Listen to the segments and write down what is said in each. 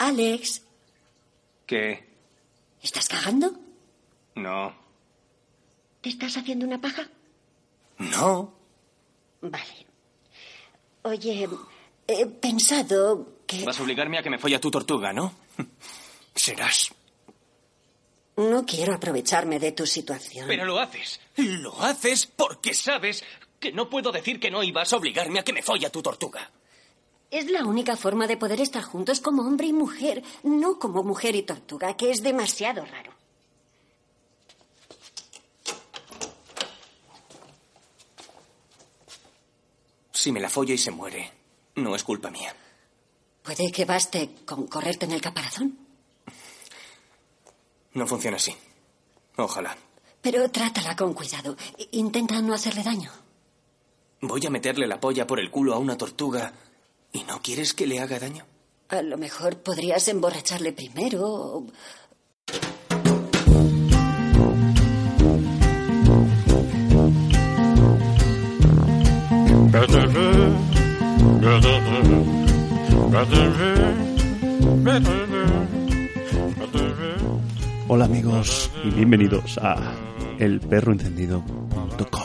Alex. ¿Qué? ¿Estás cagando? No. ¿Te estás haciendo una paja? No. Vale. Oye, he pensado que... Vas a obligarme a que me folle a tu tortuga, ¿no? Serás. No quiero aprovecharme de tu situación. Pero lo haces. Lo haces porque sabes que no puedo decir que no y vas a obligarme a que me folle a tu tortuga. Es la única forma de poder estar juntos como hombre y mujer, no como mujer y tortuga, que es demasiado raro. Si me la follo y se muere, no es culpa mía. ¿Puede que baste con correrte en el caparazón? No funciona así. Ojalá. Pero trátala con cuidado. Intenta no hacerle daño. Voy a meterle la polla por el culo a una tortuga y no quieres que le haga daño. A lo mejor podrías emborracharle primero. Hola amigos y bienvenidos a elperroencendido.com.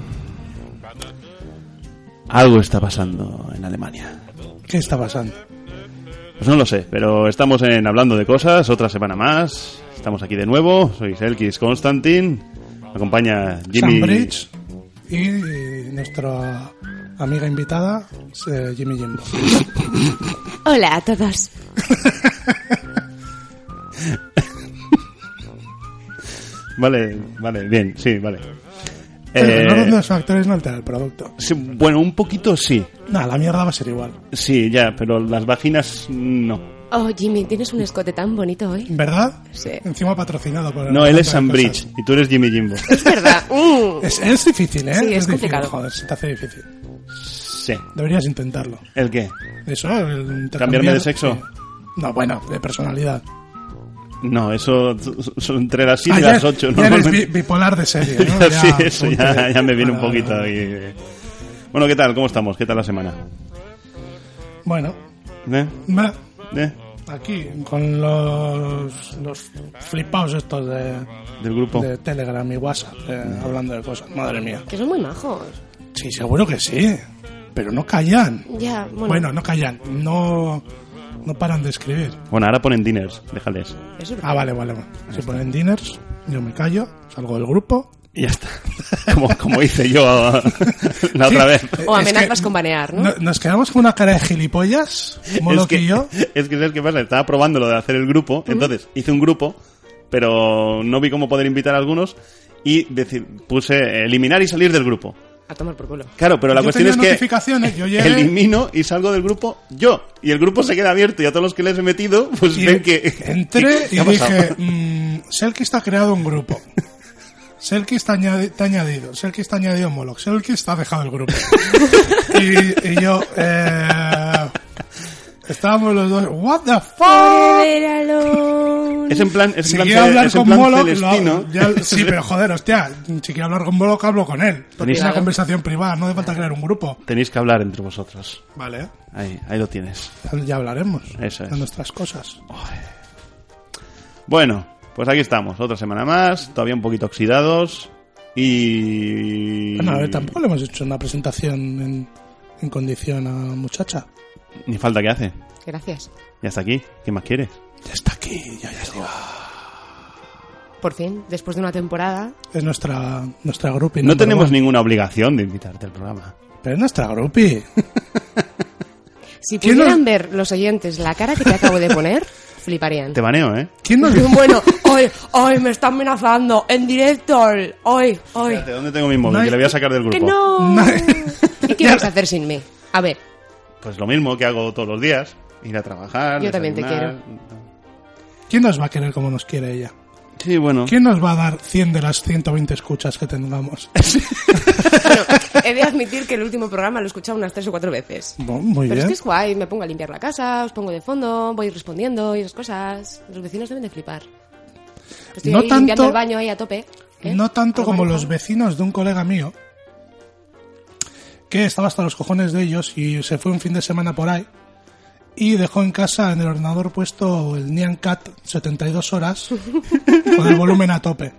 Algo está pasando en Alemania. ¿Qué está pasando? Pues no lo sé, pero estamos hablando de cosas, otra semana más. Estamos aquí de nuevo, soy Selkis Konstantin, me acompaña Jimmy Sandbridge y nuestra amiga invitada, Jimmy Jimbo. Hola a todos. Vale, bien, sí, vale. El orden de los factores no altera el producto. Sí, bueno, un poquito sí. Nah, la mierda va a ser igual. Sí, ya, pero las vaginas no. Oh, Jimmy, tienes un escote tan bonito hoy. ¿Verdad? Sí. Encima patrocinado por... No, él es Sandbridge y tú eres Jimmy Jimbo. Es verdad. Es difícil, ¿eh? Sí, es difícil. complicado. Joder, se te hace difícil. Sí. Deberías intentarlo. ¿El qué? Eso, el intercambiar... ¿Cambiarme de sexo? Sí. No, bueno, de personalidad. No, eso son entre las 7 y las 8. Ya eres bipolar de serie, ¿no? Sí, eso ya me viene un poquito ahí. Bueno, ¿qué tal? ¿Cómo estamos? ¿Qué tal la semana? Bueno. Aquí, con los flipaos estos del grupo de Telegram y WhatsApp, hablando de cosas. Madre mía. Que son muy majos. Sí, seguro que sí. Pero no callan. Ya, Bueno, no callan. No paran de escribir. Bueno, ahora ponen dinners, déjales. Vale. Si ponen dinners, yo me callo, salgo del grupo. Y ya está. Como hice yo la otra vez. O amenazas con banear, ¿no? Nos quedamos con una cara de gilipollas, Moloch y yo. Es que ¿sabes qué pasa? Estaba probando lo de hacer el grupo, entonces hice un grupo, pero no vi cómo poder invitar a algunos y puse eliminar y salir del grupo. A tomar por culo. Claro, pero la cuestión es que yo llegué... elimino y salgo del grupo yo. Y el grupo se queda abierto y a todos los que les he metido, pues ven que... Entré y dije, Selkis ha creado un grupo. Selkis te ha añadido. Selkis te ha añadido Moloch. Selkis te ha dejado el grupo. y yo... estábamos los dos... What the fuck? Es en plan, si quiero hablar con Moloch, Celestino. Sí, pero joder, hostia, si quiero hablar con Moloch, hablo con él. Porque es una conversación privada, no hace falta crear un grupo. Tenéis que hablar entre vosotros. Vale. Ahí lo tienes. Ya hablaremos. Eso es. De nuestras cosas. Bueno, pues aquí estamos, otra semana más, todavía un poquito oxidados y... Bueno, a ver, tampoco le hemos hecho una presentación en condición a muchacha. Ni falta que hace. Gracias. Ya está aquí, ¿qué más quieres? Ya está aquí, ya llegó. Por fin, después de una temporada. Es nuestra groupie. No tenemos ninguna obligación de invitarte al programa. Pero es nuestra groupie. Si pudieran ver los oyentes la cara que te acabo de poner, fliparían. Te baneo, ¿eh? ¿Quién nos... Bueno, hoy me están amenazando en directo. Hoy. Espérate, ¿dónde tengo mi móvil? Que le voy a sacar del grupo. ¡Que no! ¿Y qué vas a hacer sin mí? A ver. Pues lo mismo que hago todos los días. Ir a trabajar. Yo también te quiero. ¿Quién nos va a querer como nos quiere ella? Sí, bueno. ¿Quién nos va a dar 100 de las 120 escuchas que tengamos? Bueno, he de admitir que el último programa lo he escuchado unas 3 o 4 veces. Bueno, muy Pero bien. es que es guay, me pongo a limpiar la casa, os pongo de fondo, voy respondiendo y esas cosas. Los vecinos deben de flipar. Estoy No ahí tanto- limpiando el baño ahí a tope. No tanto como los vecinos de un colega mío, que estaba hasta los cojones de ellos y se fue un fin de semana por ahí y dejó en casa en el ordenador puesto el Nyan Cat 72 horas con el volumen a tope.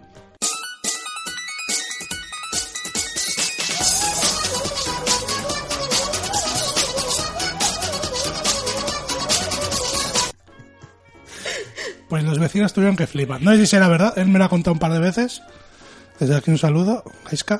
Pues los vecinos tuvieron que flipar. No sé si será verdad, él me lo ha contado un par de veces. Desde aquí un saludo, Jaiska.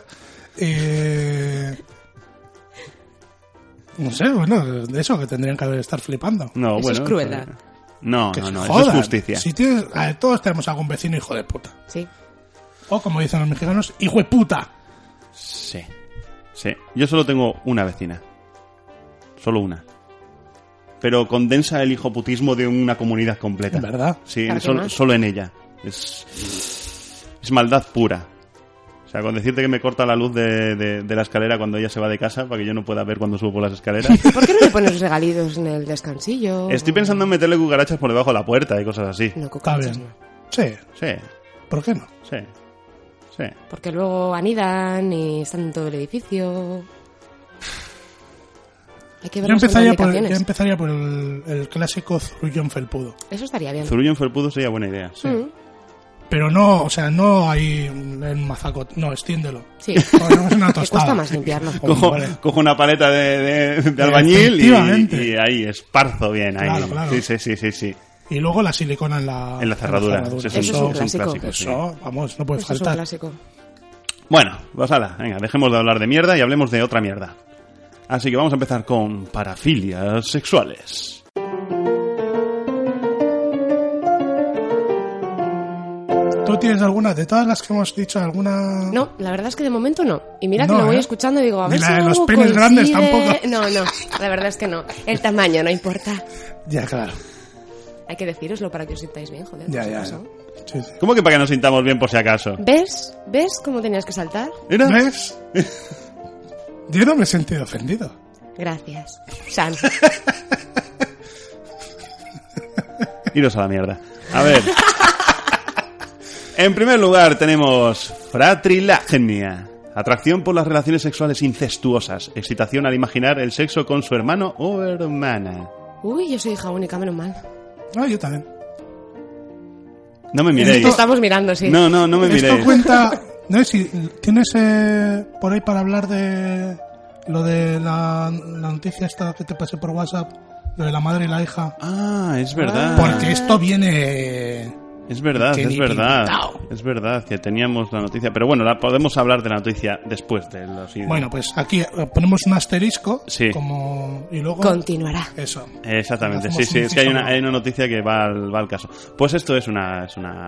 No sé, bueno, de eso que tendrían que estar flipando. No, Eso bueno, es crueldad. No, Que se eso jodan. es justicia. Si tienes, a ver, todos tenemos algún vecino hijo de puta. Sí. O como dicen los mexicanos, hijo de puta. Sí. Sí. Yo solo tengo una vecina. Solo una. Pero condensa el hijoputismo de una comunidad completa. ¿Verdad? Sí, Claro que solo, más. solo en ella. Es maldad pura. O sea, con decirte que me corta la luz de la escalera cuando ella se va de casa para que yo no pueda ver cuando subo por las escaleras. ¿Por qué no le pones los regalitos en el descansillo? Estoy pensando en meterle cucarachas por debajo de la puerta y cosas así. No, Está cucarachas bien. no. Sí, Sí, ¿por qué no? sí, sí. Porque luego anidan y están en todo el edificio. Hay que ver Yo las empezaría indicaciones. por el clásico zurullón felpudo. Eso estaría bien. Zurullo en felpudo sería buena idea. Sí. Pero no, o sea, no hay en mazaco, no, extiéndelo. Sí. Ponemos una Que tostada. cuesta más limpiarlo. Hombre. Cojo una paleta de albañil Efectivamente. y ahí esparzo bien. Ahí. Claro, claro. Sí. Y luego la silicona en la cerradura. cerradura. Sí, Eso es un clásico. sí. Eso, vamos, no puede Eso es un faltar. clásico. Bueno, pues hala, venga, dejemos de hablar de mierda y hablemos de otra mierda. Así que vamos a empezar con parafilias sexuales. ¿Tú tienes alguna? De todas las que hemos dicho, alguna... No, la verdad es que de momento no. Y mira que No, lo voy ¿eh? escuchando y digo, a Ni ver la si de los algo penes grandes coincide. tampoco. No, la verdad es que no. El tamaño no importa. Ya, claro. Hay que decíroslo para que os sintáis bien, joder. Ya, por si ya. acaso. Sí, sí. ¿Cómo que para que nos sintamos bien por si acaso? ¿Ves? ¿Ves cómo tenías que saltar? ¿Era? ¿Ves? Yo no me he sentido ofendido. Gracias. San. Iros a la mierda. A ver. En primer lugar tenemos fratrilagnia. Atracción por las relaciones sexuales incestuosas. Excitación al imaginar el sexo con su hermano o hermana. Uy, yo soy hija única, menos mal. Ah, yo también. No me miréis. Te estamos mirando, sí. No me Esto miréis. cuenta... No sé si tienes por ahí para hablar de lo de la noticia esta que te pasé por WhatsApp, lo de la madre y la hija. Ah, es verdad. Porque esto viene... Es verdad, que es ni verdad. pintao. Es verdad que teníamos la noticia. Pero bueno, podemos hablar de la noticia después de los... Bueno, pues aquí ponemos un asterisco Sí. como y luego Continuará. eso. Exactamente, Hacemos sí, un es que hay inciso. una noticia que va al caso. Pues esto es una...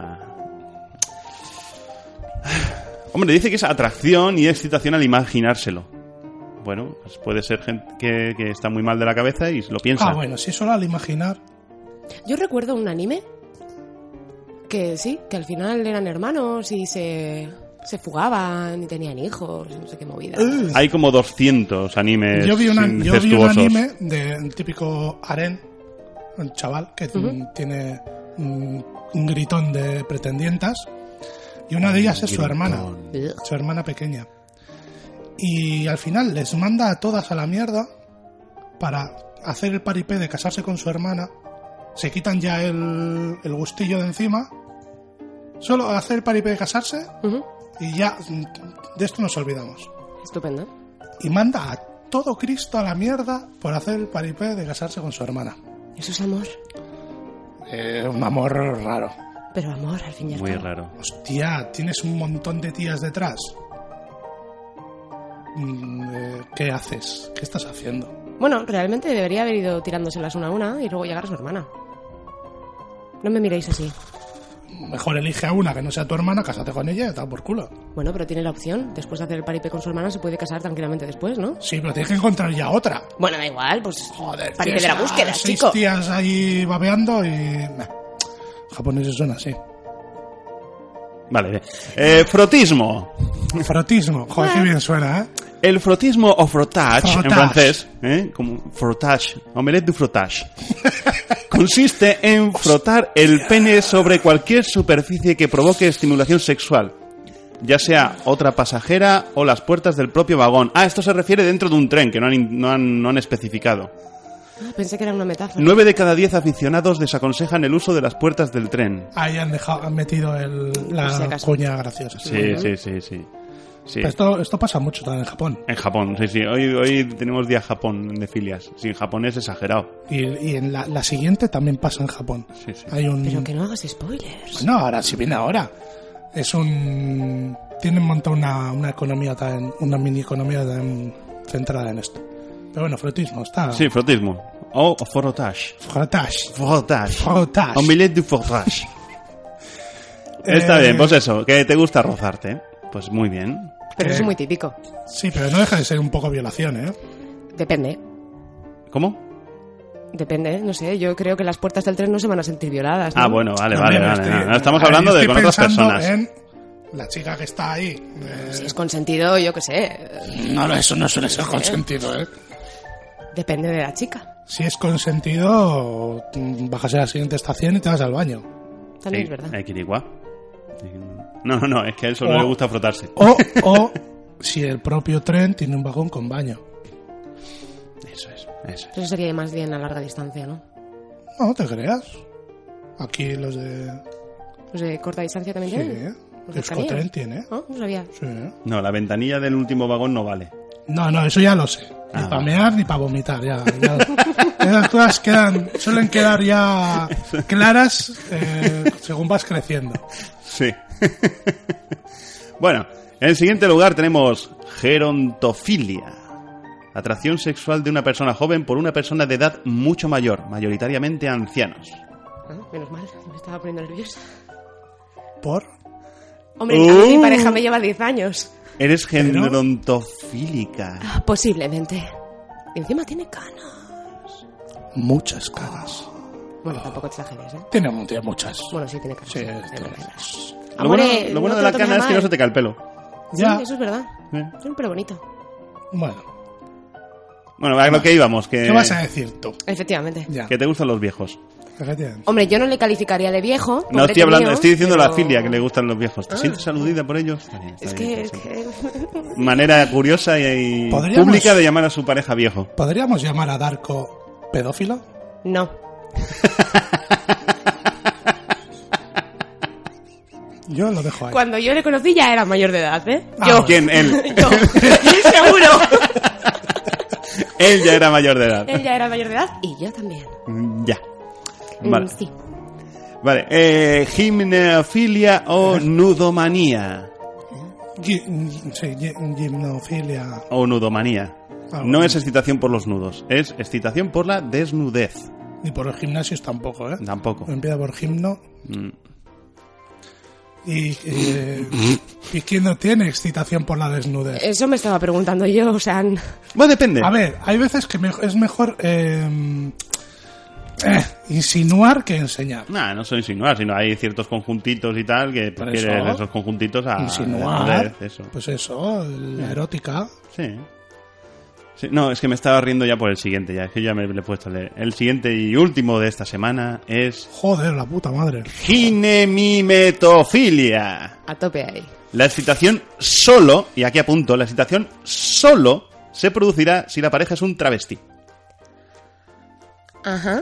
Hombre, dice que es atracción y excitación al imaginárselo. Bueno, pues puede ser gente que está muy mal de la cabeza y lo piensa. Ah, bueno, si solo al imaginar. Yo recuerdo un anime que sí, que al final eran hermanos y se fugaban y tenían hijos, no sé qué movida. Hay como 200 animes Yo vi un incestuosos. anime de un típico harén, un chaval que tiene un gritón de pretendientas y una de ellas es su hermana pequeña. Y al final les manda a todas a la mierda para hacer el paripé de casarse con su hermana. Se quitan ya el gustillo de encima. Solo hacer el paripé de casarse Ujú. y ya de esto nos olvidamos. Estupendo. Y manda a todo Cristo a la mierda por hacer el paripé de casarse con su hermana. Eso es amor. Un amor raro. Pero amor, al fin y al Muy cabo. raro. Hostia, tienes un montón de tías detrás. ¿Qué haces? ¿Qué estás haciendo? Bueno, realmente debería haber ido tirándoselas una a una y luego llegar a su hermana. No me miréis así. Mejor elige a una que no sea tu hermana, cásate con ella y está por culo. Bueno, pero tiene la opción. Después de hacer el paripé con su hermana se puede casar tranquilamente después, ¿no? Sí, pero tienes que encontrar ya otra. Bueno, da igual, pues Joder, paripé de la tienes a búsqueda, 6 chico. tías ahí babeando y... Nah. Japoneses son así. Vale. Frotismo. Frotismo. Joder, qué bien suena, ¿eh? El frotismo o frottage, en Frottage. francés, como frottage, omelette du frottage, consiste en frotar el pene sobre cualquier superficie que provoque estimulación sexual, ya sea otra pasajera o las puertas del propio vagón. Ah, esto se refiere dentro de un tren, que no han especificado. Pensé que era una metáfora. 9 de cada 10 aficionados desaconsejan el uso de las puertas del tren. Ahí han metido la si acaso. cuña graciosa. Sí. Pero esto pasa mucho también en Japón. En Japón, sí. Hoy tenemos día Japón de filias. Sí, en Japón es exagerado. Y en la siguiente también pasa en Japón. Sí. Hay un... Pero que no hagas spoilers. No, ahora, si viene ahora. Tienen montado una economía también, una mini economía también centrada en esto. Pero bueno, frotismo, está... Sí, frotismo. O frottage. Frottage. Omelette du frottage. Está bien, pues eso, que te gusta rozarte, ¿eh? Pues muy bien. Pero eso es muy típico. Sí, pero no deja de ser un poco violación, ¿eh? Depende. ¿Cómo? Depende, no sé. Yo creo que las puertas del tren no se van a sentir violadas, ¿no? Ah, bueno, vale. No, estamos A ver, hablando yo de estoy con otras pensando personas. en la chica que está ahí. Si es consentido, yo qué sé. No, eso no suele ser consentido, ¿eh? Depende de la chica. Si es consentido, bajas a la siguiente estación y te vas al baño. También Sí, es verdad. Equirigua. No, es que a él solo le gusta frotarse. O si el propio tren tiene un vagón con baño. Eso es. Eso sería más bien a larga distancia, ¿no? No te creas. Aquí los de... Los de corta distancia también Sí, tienen. Los de Euskotren cercanías. tiene. ¿No? No sabía. Sí. No, la ventanilla del último vagón no vale. No, eso ya lo sé. Ni para mear ni para vomitar. Ya. Esas cosas suelen quedar ya claras según vas creciendo. Sí. Bueno, en el siguiente lugar tenemos gerontofilia. Atracción sexual de una persona joven por una persona de edad mucho mayor, mayoritariamente ancianos. Ah, menos mal, me estaba poniendo nerviosa. ¿Por? Hombre, a mí mi pareja me lleva 10 años. Eres gerontofílica. Ah, posiblemente. Y encima tiene canas. Muchas caras. Bueno, tampoco exageres, ¿eh? Tiene muchas. Bueno, sí, tiene canas. Sí, Tiene tiene canas. Lo bueno, Amore, lo bueno no de te la lo tomes cana es que no mal. se te cae el pelo. Sí, Ya. eso es verdad. Sí. Es un pelo bonito. Bueno, a lo que íbamos, ¿Qué vas a decir tú? Efectivamente. Ya. que te gustan los viejos. Efectivamente. Hombre, yo no le calificaría de viejo. No estoy pobrete hablando, mío, estoy diciendo pero- la filia que le gustan los viejos. ¿Te sientes aludida por ellos? Está bien, Es bien, que... Manera curiosa y ¿Podríamos- pública de llamar a su pareja viejo. ¿Podríamos llamar a Darko pedófilo? No. Yo lo dejo ahí. Cuando yo le conocí ya era mayor de edad, ¿eh? Ah, Yo. ¿Quién? Él. Yo. Seguro. Él ya era mayor de edad. Él ya era mayor de edad y yo también. Ya. Vale. Sí. Vale. Gimnofilia o nudomanía. Gimnofilia. O nudomanía. Ah, No bueno. es excitación por los nudos, es excitación por la desnudez. Ni por los gimnasios tampoco, ¿eh? Tampoco. Empieza por gimno. Mm. ¿Y quién no tiene excitación por la desnudez? Eso me estaba preguntando yo, o sea... Bueno, depende. A ver, hay veces que es mejor insinuar que enseñar. Nah, no soy insinuar, sino hay ciertos conjuntitos y tal que Por prefieren eso, esos conjuntitos a Insinuar. desnudez, eso. Pues eso, la erótica. Sí. Sí, no, es que me estaba riendo ya por el siguiente, ya es que ya me le he puesto a leer. El siguiente y último de esta semana es Joder, la puta madre. ginemimetofilia. A tope ahí. La excitación solo, y aquí apunto, la excitación solo se producirá si la pareja es un travesti. Ajá.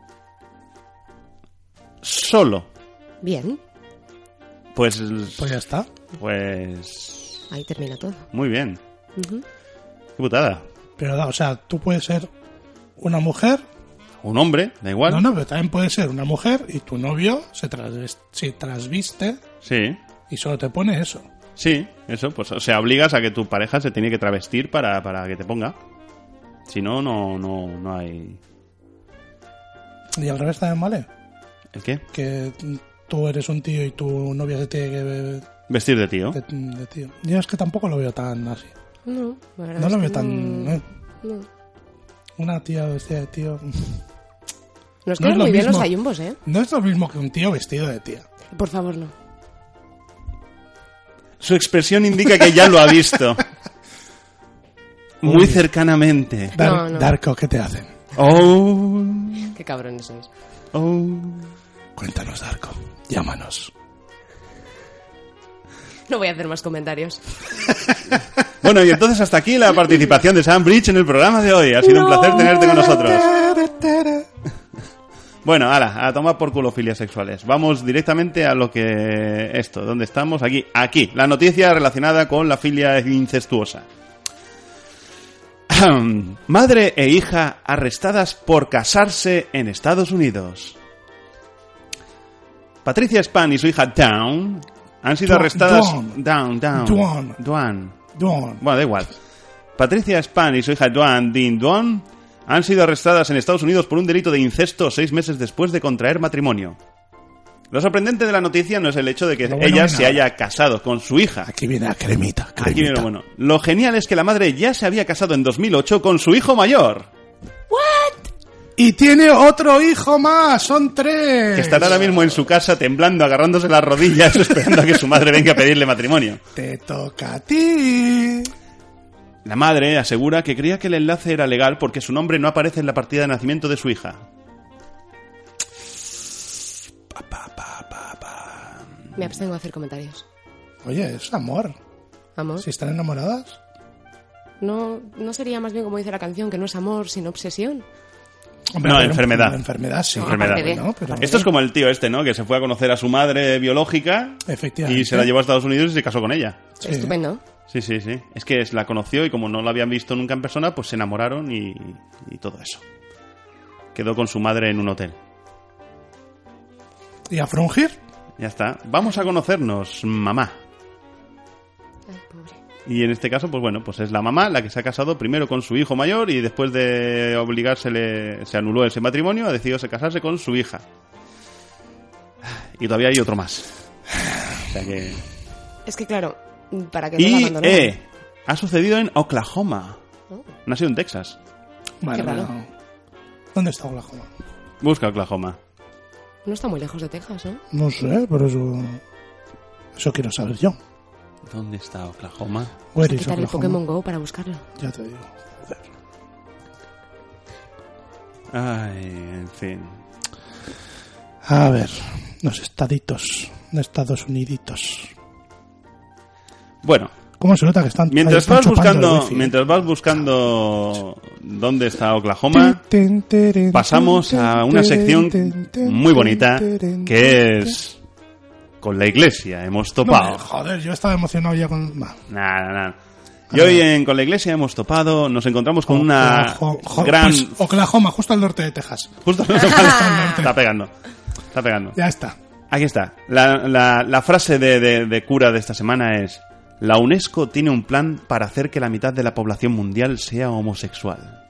Solo. Bien. Pues Pues ya está. Ahí termina todo. muy bien. Ujú. Qué putada. Pero, o sea, tú puedes ser una mujer. Un hombre, da igual. No, pero también puedes ser una mujer y tu novio se trasviste Sí. y solo te pone eso. Sí, eso, pues o sea, obligas a que tu pareja se tiene que travestir para que te ponga. Si no, no hay... Y al revés también vale. ¿El qué? Que tú eres un tío y tu novia se tiene que... Vestir de tío. de tío. Yo es que tampoco lo veo tan así. No, la verdad No es lo que veo tan... no. Una tía vestida de tío... Nos No quedan es lo muy bien mismo. los ayumbos, ¿eh? No es lo mismo que un tío vestido de tía. Por favor, no. Su expresión indica que ya lo ha visto. Muy cercanamente. No. Darko, ¿qué te hacen? Oh, Qué cabrones sois. oh. Cuéntanos, Darko. Llámanos. No voy a hacer más comentarios. Bueno, y entonces hasta aquí la participación de Sam Bridge en el programa de hoy. Ha sido un placer tenerte con nosotros. Bueno, ala, a tomar por culo filias sexuales. Vamos directamente a lo que... Esto, ¿dónde estamos? Aquí. La noticia relacionada con la filia incestuosa. Madre e hija arrestadas por casarse en Estados Unidos. Patricia Spann y su hija Dawn han sido arrestadas... Dawn. Bueno, da igual. Patricia Spann y su hija Dawn han sido arrestadas en Estados Unidos por un delito de incesto 6 meses después de contraer matrimonio. Lo sorprendente de la noticia no es el hecho de que ella se haya casado con su hija. Aquí viene la cremita. Aquí viene lo bueno. Lo genial es que la madre ya se había casado en 2008 con su hijo mayor. ¿What? Y tiene otro hijo más, son 3. Que estará ahora mismo en su casa temblando, agarrándose las rodillas, esperando a que su madre venga a pedirle matrimonio. Te toca a ti. La madre asegura que creía que el enlace era legal porque su nombre no aparece en la partida de nacimiento de su hija. Me abstengo de hacer comentarios. Oye, es amor. ¿Amor? Si están enamoradas. ¿No sería más bien como dice la canción, que no es sino obsesión? Hombre, No, pero enfermedad. Enfermedad, sí. Enfermedad. ¿No? Pero... Esto es como el tío este, ¿no? Que se fue a conocer a su madre biológica Efectivamente. y se la llevó a Estados Unidos y se casó con ella. Sí. Estupendo. Sí. Es que la conoció y como no la habían visto nunca en persona, pues se enamoraron y todo eso. Quedó con su madre en un hotel. ¿Y a frungir? Ya está. Vamos a conocernos, mamá. Ay, pobre. Y en este caso, pues bueno, pues es la mamá la que se ha casado primero con su hijo mayor y después de obligársele, se anuló ese matrimonio, ha decidido casarse con su hija. Y todavía hay otro más. O sea que... Es que claro, para que no la abandonen. Ha sucedido en Oklahoma. No ha sido en Texas. Bueno, Qué raro. bueno. ¿Dónde está Oklahoma? Busca Oklahoma. No está muy lejos de Texas, ¿no? No sé, pero eso quiero saber yo. ¿Dónde está Oklahoma? Where Hay que is quitar el Oklahoma? Pokémon Go para buscarlo. Ya te digo. Joder. Ay, en fin. A ver, los estaditos de Estados Uniditos. Bueno, ¿Cómo se nota que están mientras están vas chupando buscando dónde está Oklahoma, pasamos a una sección muy bonita que es con la iglesia hemos topado. No, joder, yo estaba emocionado ya con... Nada. Y hoy Con la iglesia hemos topado, nos encontramos con una gran... Pues Oklahoma, justo al norte de Texas. Justo está pegando. Ya está. Aquí está. La frase de cura de esta semana es: la UNESCO tiene un plan para hacer que la mitad de la población mundial sea homosexual.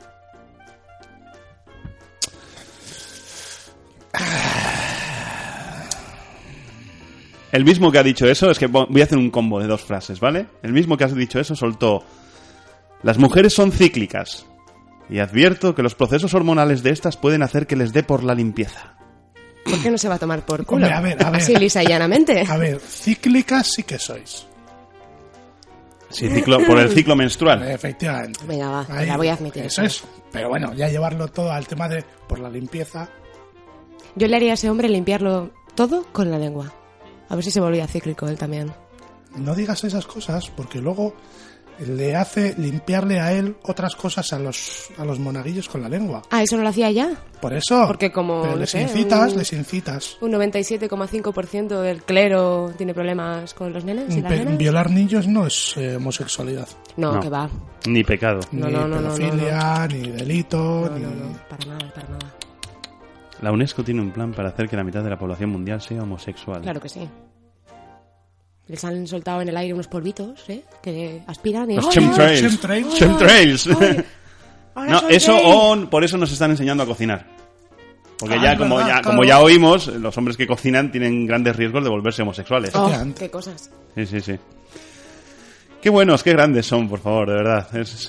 El mismo que ha dicho eso, es que voy a hacer un combo de 2 frases, ¿vale? El mismo que ha dicho eso soltó: las mujeres son cíclicas y advierto que los procesos hormonales de estas pueden hacer que les dé por la limpieza. ¿Por qué no se va a tomar por culo? Hombre, a ver. Así lisa y llanamente. A ver, cíclicas sí que sois. Sí, por el ciclo menstrual. Efectivamente. Venga, va, Ahí, la voy a admitir. Eso es. Pero bueno, ya llevarlo todo al tema de por la limpieza. Yo le haría a ese hombre limpiarlo todo con la lengua. A ver si se volvía cíclico él también. No digas esas cosas porque luego le hace limpiarle a él otras cosas a los monaguillos con la lengua. Ah, ¿eso no lo hacía ya? Por eso. Porque como, Pero no les sé, incitas. Un 97,5% del clero tiene problemas con los nenes y las nenas. Violar niños no es homosexualidad. No, No. que va. Ni pecado. No, ni no, no, pedofilia, ni delito, ni... No, para nada. La UNESCO tiene un plan para hacer que la mitad de la población mundial sea homosexual. Claro que sí. Les han soltado en el aire unos polvitos, ¿eh? Que aspiran y... Los ¡Ay, chemtrails. Chemtrails. Chemtrails. ay! Ahora No, soy eso gay. por eso nos están enseñando a cocinar. Porque Ah, ya, es como verdad, ya claro. como ya oímos, los hombres que cocinan tienen grandes riesgos de volverse homosexuales. Oh, Efectivamente. qué cosas. Sí. Qué buenos, qué grandes son, por favor, de verdad.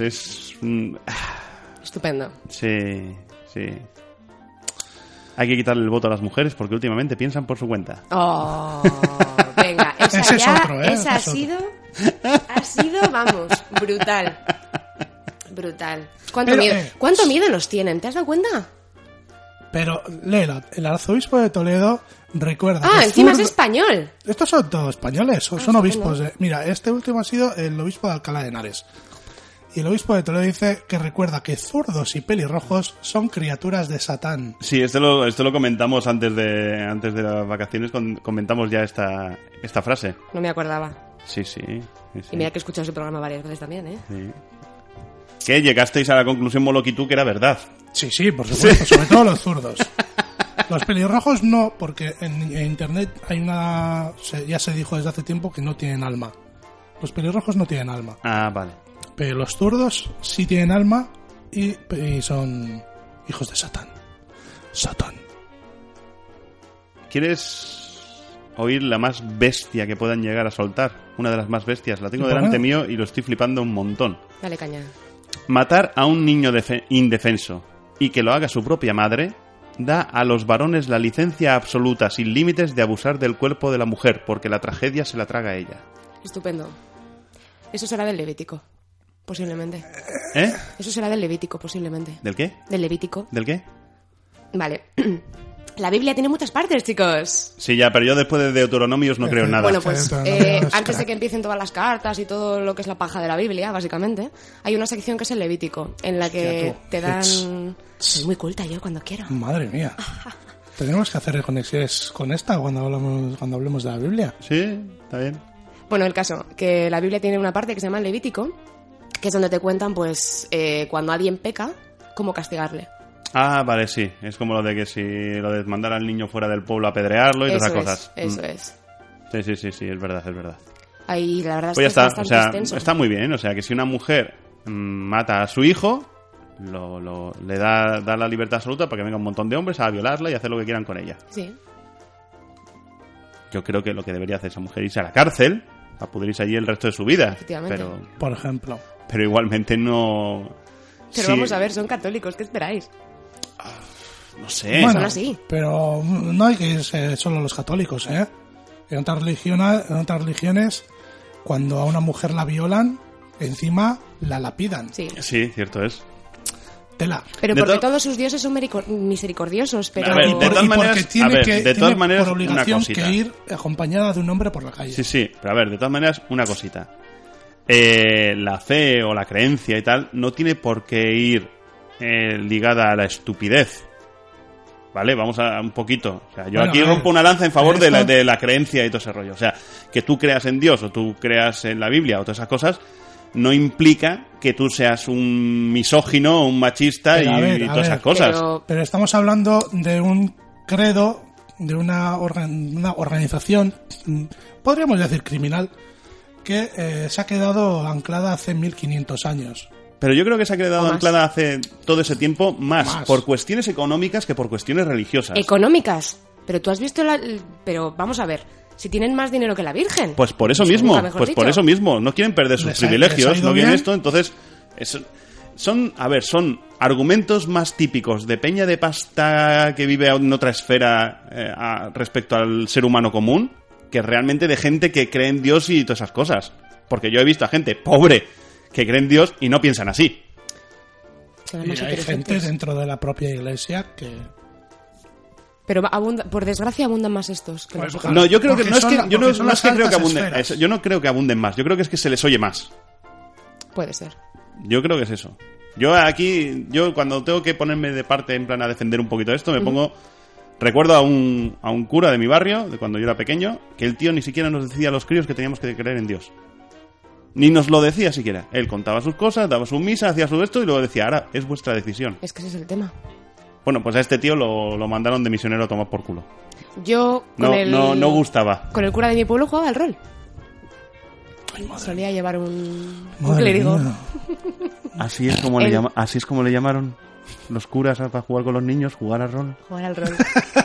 Estupendo. Sí. Hay que quitarle el voto a las mujeres porque últimamente piensan por su cuenta. Oh, venga, esa Ese es ya, otro, ¿eh? esa ha Ese es sido, vamos, brutal. ¿Cuánto, Pero, ¿Cuánto miedo nos tienen? ¿Te has dado cuenta? Pero, léela, el arzobispo de Toledo recuerda... Ah, que encima es zurdo- español. Estos son todos españoles, son estupendo. obispos. Mira, este último ha sido el obispo de Alcalá de Henares. Y el obispo de Toledo dice que recuerda que zurdos y pelirrojos son criaturas de Satán. Sí, esto lo comentamos antes de las vacaciones, comentamos ya esta frase. No me acordaba. Sí. Y mira que he escuchado ese programa varias veces también, ¿eh? Sí. Que llegasteis a la conclusión, Moloch y tú, que era verdad. Sí, por supuesto, sobre todo los zurdos. Los pelirrojos no, porque en internet ya se dijo desde hace tiempo que no tienen alma. Los pelirrojos no tienen alma. Ah, vale. Pero los zurdos sí tienen alma y son hijos de Satán. Satán. ¿Quieres oír la más bestia que puedan llegar a soltar? Una de las más bestias. La tengo delante mío y lo estoy flipando un montón. Dale caña. Matar a un niño indefenso y que lo haga su propia madre da a los varones la licencia absoluta, sin límites, de abusar del cuerpo de la mujer, porque la tragedia se la traga a ella. Estupendo. Eso será del Levítico, posiblemente. ¿Eh? Eso será del Levítico, posiblemente. ¿Del qué? Del Levítico. ¿Del qué? Vale. La Biblia tiene muchas partes, chicos. Sí, ya, pero yo después de Deuteronomios no creo en nada. Bueno, pues antes de que empiecen todas las cartas y todo lo que es la paja de la Biblia, básicamente, hay una sección que es el Levítico, en la que te dan... Soy muy culta yo cuando quiero. Madre mía. ¿Tenemos que hacer conexiones con esta cuando hablemos de la Biblia? Sí, está bien. Bueno, el caso, que la Biblia tiene una parte que se llama el Levítico, que es donde te cuentan, pues, cuando alguien peca, cómo castigarle. Ah, vale, sí. Es como lo de que si lo de mandar al niño fuera del pueblo a apedrearlo y todas esas cosas. Eso es. Sí, es verdad. Ahí la verdad Pues es ya que está, es bastante extenso. está muy bien. O sea, que si una mujer mata a su hijo, le da la libertad absoluta para que venga un montón de hombres a violarla y hacer lo que quieran con ella. Sí. Yo creo que lo que debería hacer esa mujer es irse a la cárcel para pudrirse allí el resto de su vida. Efectivamente. Por ejemplo. Pero igualmente no... Pero sí. Vamos a ver, son católicos, ¿qué esperáis? No sé. Bueno, son así. Pero no hay que irse solo los católicos, ¿eh? En otras religiones, cuando a una mujer la violan, encima la lapidan. Sí, cierto es. Tela. Pero De porque to- todos sus dioses son misericordiosos, pero... A ver, de todas maneras, porque tiene de todas maneras, por obligación una cosita. que ir acompañada de un hombre por la calle. Sí, pero a ver, de todas maneras, una cosita. La fe o la creencia y tal no tiene por qué ir ligada a la estupidez. ¿Vale? Vamos a un poquito. O sea, yo aquí rompo una lanza en favor de la creencia y todo ese rollo. O sea, que tú creas en Dios o tú creas en la Biblia o todas esas cosas no implica que tú seas un misógino, un machista y todas esas cosas. Pero estamos hablando de un credo, de una organización, podríamos decir criminal, que se ha quedado anclada hace 1500 años. Pero yo creo que se ha quedado anclada hace todo ese tiempo más por cuestiones económicas que por cuestiones religiosas. ¿Económicas? Pero tú has visto Pero vamos a ver, si tienen más dinero que la Virgen. Pues por eso mismo, no quieren perder sus privilegios, no quieren esto, entonces son argumentos más típicos de peña de pasta que vive en otra esfera respecto al ser humano común, que realmente de gente que cree en Dios y todas esas cosas. Porque yo he visto a gente pobre que cree en Dios y no piensan así. Y hay gente dentro de la propia iglesia que... Pero por desgracia abundan más estos que los otros. No, yo creo que no es que creo que abunden. Yo no creo que abunden más. Yo creo que es que se les oye más. Puede ser. Yo creo que es eso. Yo cuando tengo que ponerme de parte en plan a defender un poquito esto, me pongo... Recuerdo a un cura de mi barrio, de cuando yo era pequeño, que el tío ni siquiera nos decía a los críos que teníamos que creer en Dios. Ni nos lo decía siquiera. Él contaba sus cosas, daba su misa, hacía su esto y luego decía, ahora es vuestra decisión. Es que ese es el tema. Bueno, pues a este tío lo mandaron de misionero a tomar por culo. Yo no gustaba. Con el cura de mi pueblo jugaba al rol. Solía llevar un clérigo. Así es como le llamaron los curas para jugar con los niños, jugar al rol. Jugar al rol.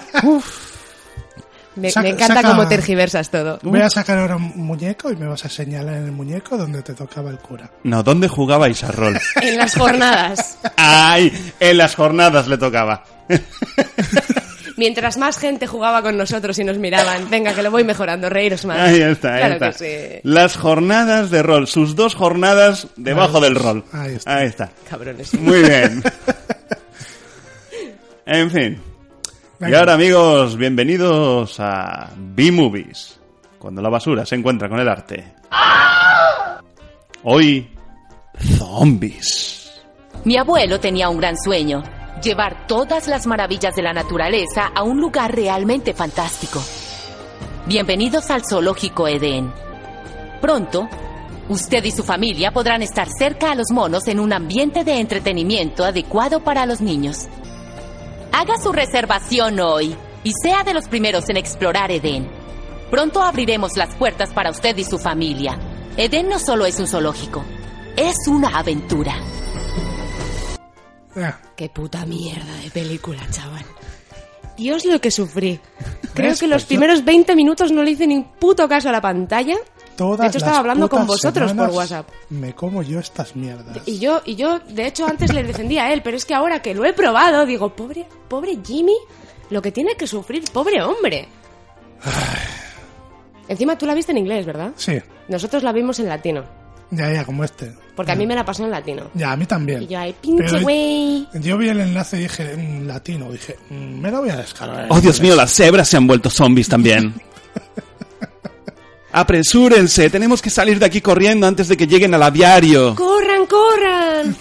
Me encanta cómo tergiversas todo. Voy a sacar ahora un muñeco y me vas a señalar en el muñeco donde te tocaba el cura. No, ¿dónde jugabais al rol? En las jornadas. ¡Ay! En las jornadas le tocaba. Mientras más gente jugaba con nosotros y nos miraban, venga, que lo voy mejorando, reíros más. Ahí está, claro está. Que sí. Las jornadas de rol, sus 2 jornadas debajo del rol. Ahí está. Cabrones. Muy bien. En fin. Venga. Y ahora, amigos, bienvenidos a B-Movies, cuando la basura se encuentra con el arte. Hoy zombies. Mi abuelo tenía un gran sueño: llevar todas las maravillas de la naturaleza a un lugar realmente fantástico. Bienvenidos al Zoológico Edén. Pronto, usted y su familia podrán estar cerca a los monos en un ambiente de entretenimiento adecuado para los niños. Haga su reservación hoy y sea de los primeros en explorar Edén. Pronto abriremos las puertas para usted y su familia. Edén no solo es un zoológico, es una aventura. Qué puta mierda de película, chaval. Dios, lo que sufrí. Creo que los primeros 20 minutos no le hice ni un puto caso a la pantalla. De hecho, estaba hablando con vosotros por WhatsApp. Me como yo estas mierdas. Y yo, de hecho, antes le defendía a él, pero es que ahora que lo he probado, digo, pobre Jimmy, lo que tiene que sufrir, pobre hombre. Encima tú la viste en inglés, ¿verdad? Sí. Nosotros la vimos en latino. Ya, como este. Porque a mí me la pasó en latino. Ya, a mí también. Y yo, ay, pinche güey. Yo vi el enlace y dije, en latino, dije, me lo voy a descargar. Oh, Dios mío, las cebras se han vuelto zombies también. Apresúrense, tenemos que salir de aquí corriendo antes de que lleguen al aviario. ¡Corran!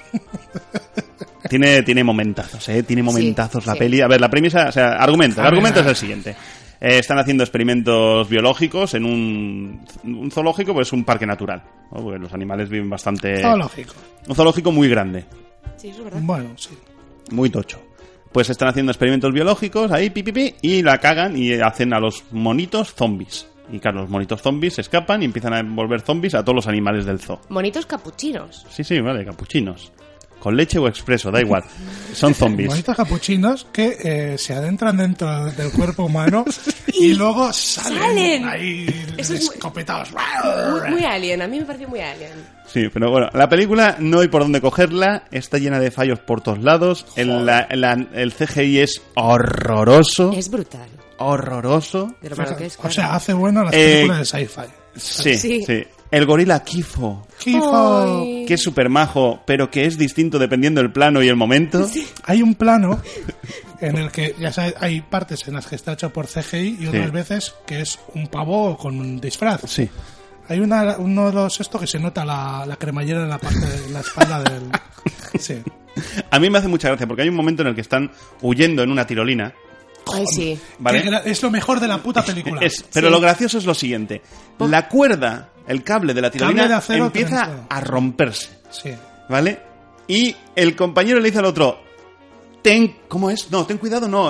Tiene momentazos, tiene momentazos la sí. peli. A ver, la premisa, o sea, argumento. El argumento es el siguiente. Están haciendo experimentos biológicos en un zoológico, pues un parque natural, ¿no? Porque los animales viven bastante... Zoológico. Un zoológico muy grande. Sí, eso es verdad. Bueno, sí. Muy tocho. Pues están haciendo experimentos biológicos ahí, y la cagan y hacen a los monitos zombies. Y claro, los monitos zombies se escapan y empiezan a volver zombies a todos los animales del zoo. Monitos capuchinos. Sí, vale, capuchinos. Con leche o expreso, da igual. Son zombies. Bonitos capuchinos que se adentran dentro del cuerpo humano y luego salen ahí escopetados. Muy alien, a mí me pareció muy alien. Sí, pero bueno, la película no hay por dónde cogerla, está llena de fallos por todos lados, el CGI es horroroso. Es brutal. Horroroso. Pero para lo que es, claro. O sea, hace bueno las películas de sci-fi. Sí. El gorila Kifo. Ay. Que es súper majo, pero que es distinto dependiendo del plano y el momento. Sí. Hay un plano en el que, ya sabes, hay partes en las que está hecho por CGI y otras veces que es un pavo con un disfraz. Sí. Hay uno de los que se nota la cremallera en la parte de la espalda del... Sí. A mí me hace mucha gracia porque hay un momento en el que están huyendo en una tirolina. Ay, sí. ¿Vale? Es lo mejor de la puta película. Pero lo gracioso es lo siguiente. La cuerda, el cable de la tirolina de acero empieza trenzado. a romperse. Sí. ¿Vale? Y el compañero le dice al otro, ¿cómo es? No, ten cuidado, no.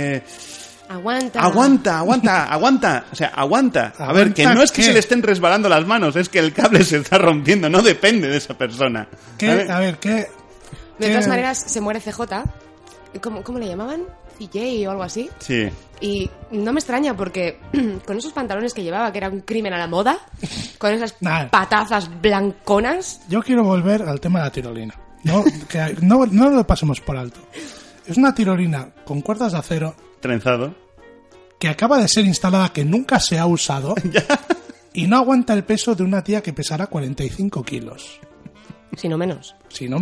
Aguanta. O sea, aguanta. A ver, que no es que se le estén resbalando las manos, es que el cable se está rompiendo, no depende de esa persona. ¿Vale? De todas maneras, se muere CJ. ¿Cómo le llamaban? CJ o algo así. Sí. Y no me extraña porque con esos pantalones que llevaba, que era un crimen a la moda, con esas patazas blanconas... Yo quiero volver al tema de la tirolina. No lo pasemos por alto. Es una tirolina con cuerdas de acero... Trenzado. Que acaba de ser instalada, que nunca se ha usado... y no aguanta el peso de una tía que pesará 45 kilos. Si no menos.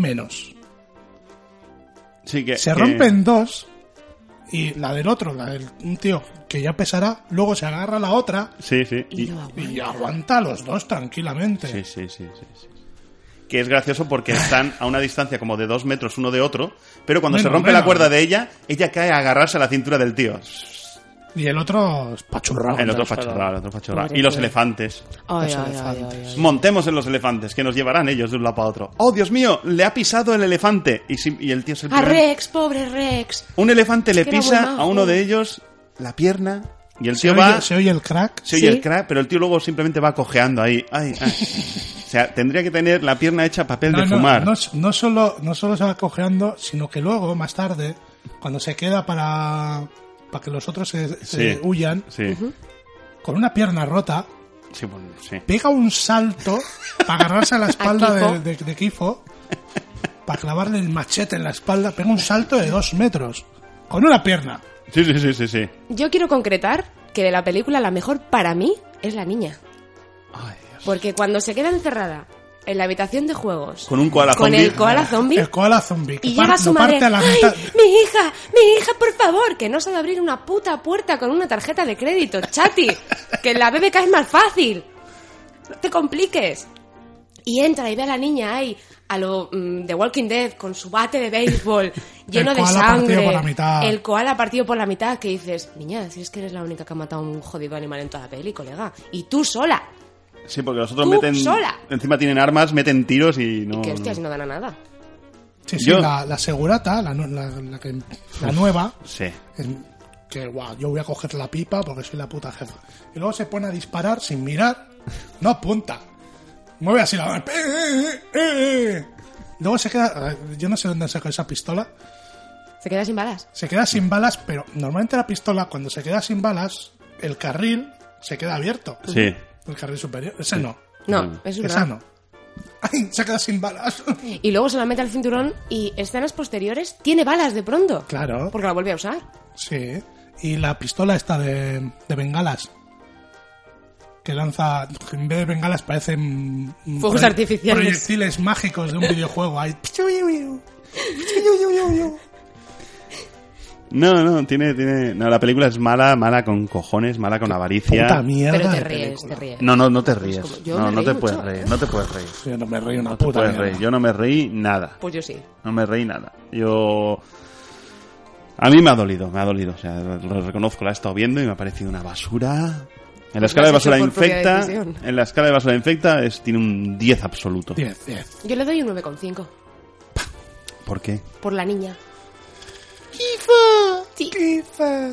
Sí, se rompen dos... Y la del otro, un tío que ya pesará, luego se agarra a la otra y aguanta a los dos tranquilamente. Sí. Que es gracioso porque están a una distancia como de 2 metros uno de otro, pero cuando se rompe la cuerda de ella cae a agarrarse a la cintura del tío. Y el otro es pachurrado. El otro pachurrado. Y los elefantes. Ay. Montemos en los elefantes, que nos llevarán ellos de un lado para otro. ¡Oh, Dios mío! Le ha pisado el elefante. Y el tío es el primer... Rex, pobre Rex. Un elefante le pisa a uno de ellos la pierna y el tío se oye el crack. Se oye el crack, pero el tío luego simplemente va cojeando ahí. Ay. O sea, tendría que tener la pierna hecha papel de fumar. No solo se va cojeando, sino que luego, más tarde, cuando se queda para que los otros se huyan, con una pierna rota, pega un salto para agarrarse a la espalda de Kifo, para clavarle el machete en la espalda, pega un salto de 2 metros, con una pierna. Sí. Yo quiero concretar que de la película la mejor para mí es la niña. Ay, Dios. Porque cuando se queda encerrada en la habitación de juegos con un koala con zombie. el koala zombie. El koala zombie. Y llega su madre. ¡Ay, mi hija, por favor! Que no sabe abrir una puta puerta con una tarjeta de crédito, chati. Que en la BBK es más fácil. No te compliques. Y entra y ve a la niña ahí, a lo The Walking Dead, con su bate de béisbol, lleno de sangre, el koala partido por la mitad, que dices, niña, si es que eres la única que ha matado a un jodido animal en toda la peli, colega, y tú sola. Sí, porque los otros meten... sola. Encima tienen armas, meten tiros y no... Y que hostias, no dan a nada. Sí, la segurata, la nueva, sí. Que guau, yo voy a coger la pipa porque soy la puta jefa. Y luego se pone a disparar sin mirar, no apunta. Mueve así la mano. Luego se queda... Yo no sé dónde saca esa pistola. ¿Se queda sin balas? Se queda sin balas, pero normalmente la pistola, cuando se queda sin balas, el carril se queda abierto. Sí. El carril superior. Ese no. No, es esa no. ¡Ay! Se queda sin balas. Y luego se la mete al cinturón y escenas posteriores tiene balas de pronto. Claro. Porque la vuelve a usar. Sí. Y la pistola esta de bengalas. Que lanza, en vez de bengalas parecen fuegos artificiales, proyectiles mágicos de un videojuego. Hay... No, tiene... No, la película es mala con cojones, mala con avaricia. Puta mierda. Pero te ríes. No te ríes. No te puedes reír, no te puedes reír. Yo no me reí una no puta te puedes reír. Yo no me reí nada. Pues yo sí. No me reí nada. A mí me ha dolido. O sea, lo reconozco, la he estado viendo y me ha parecido una basura. En la escala de basura infecta, tiene un 10 absoluto. 10. Yo le doy un 9,5. ¿Por qué? Por la niña. FIFA.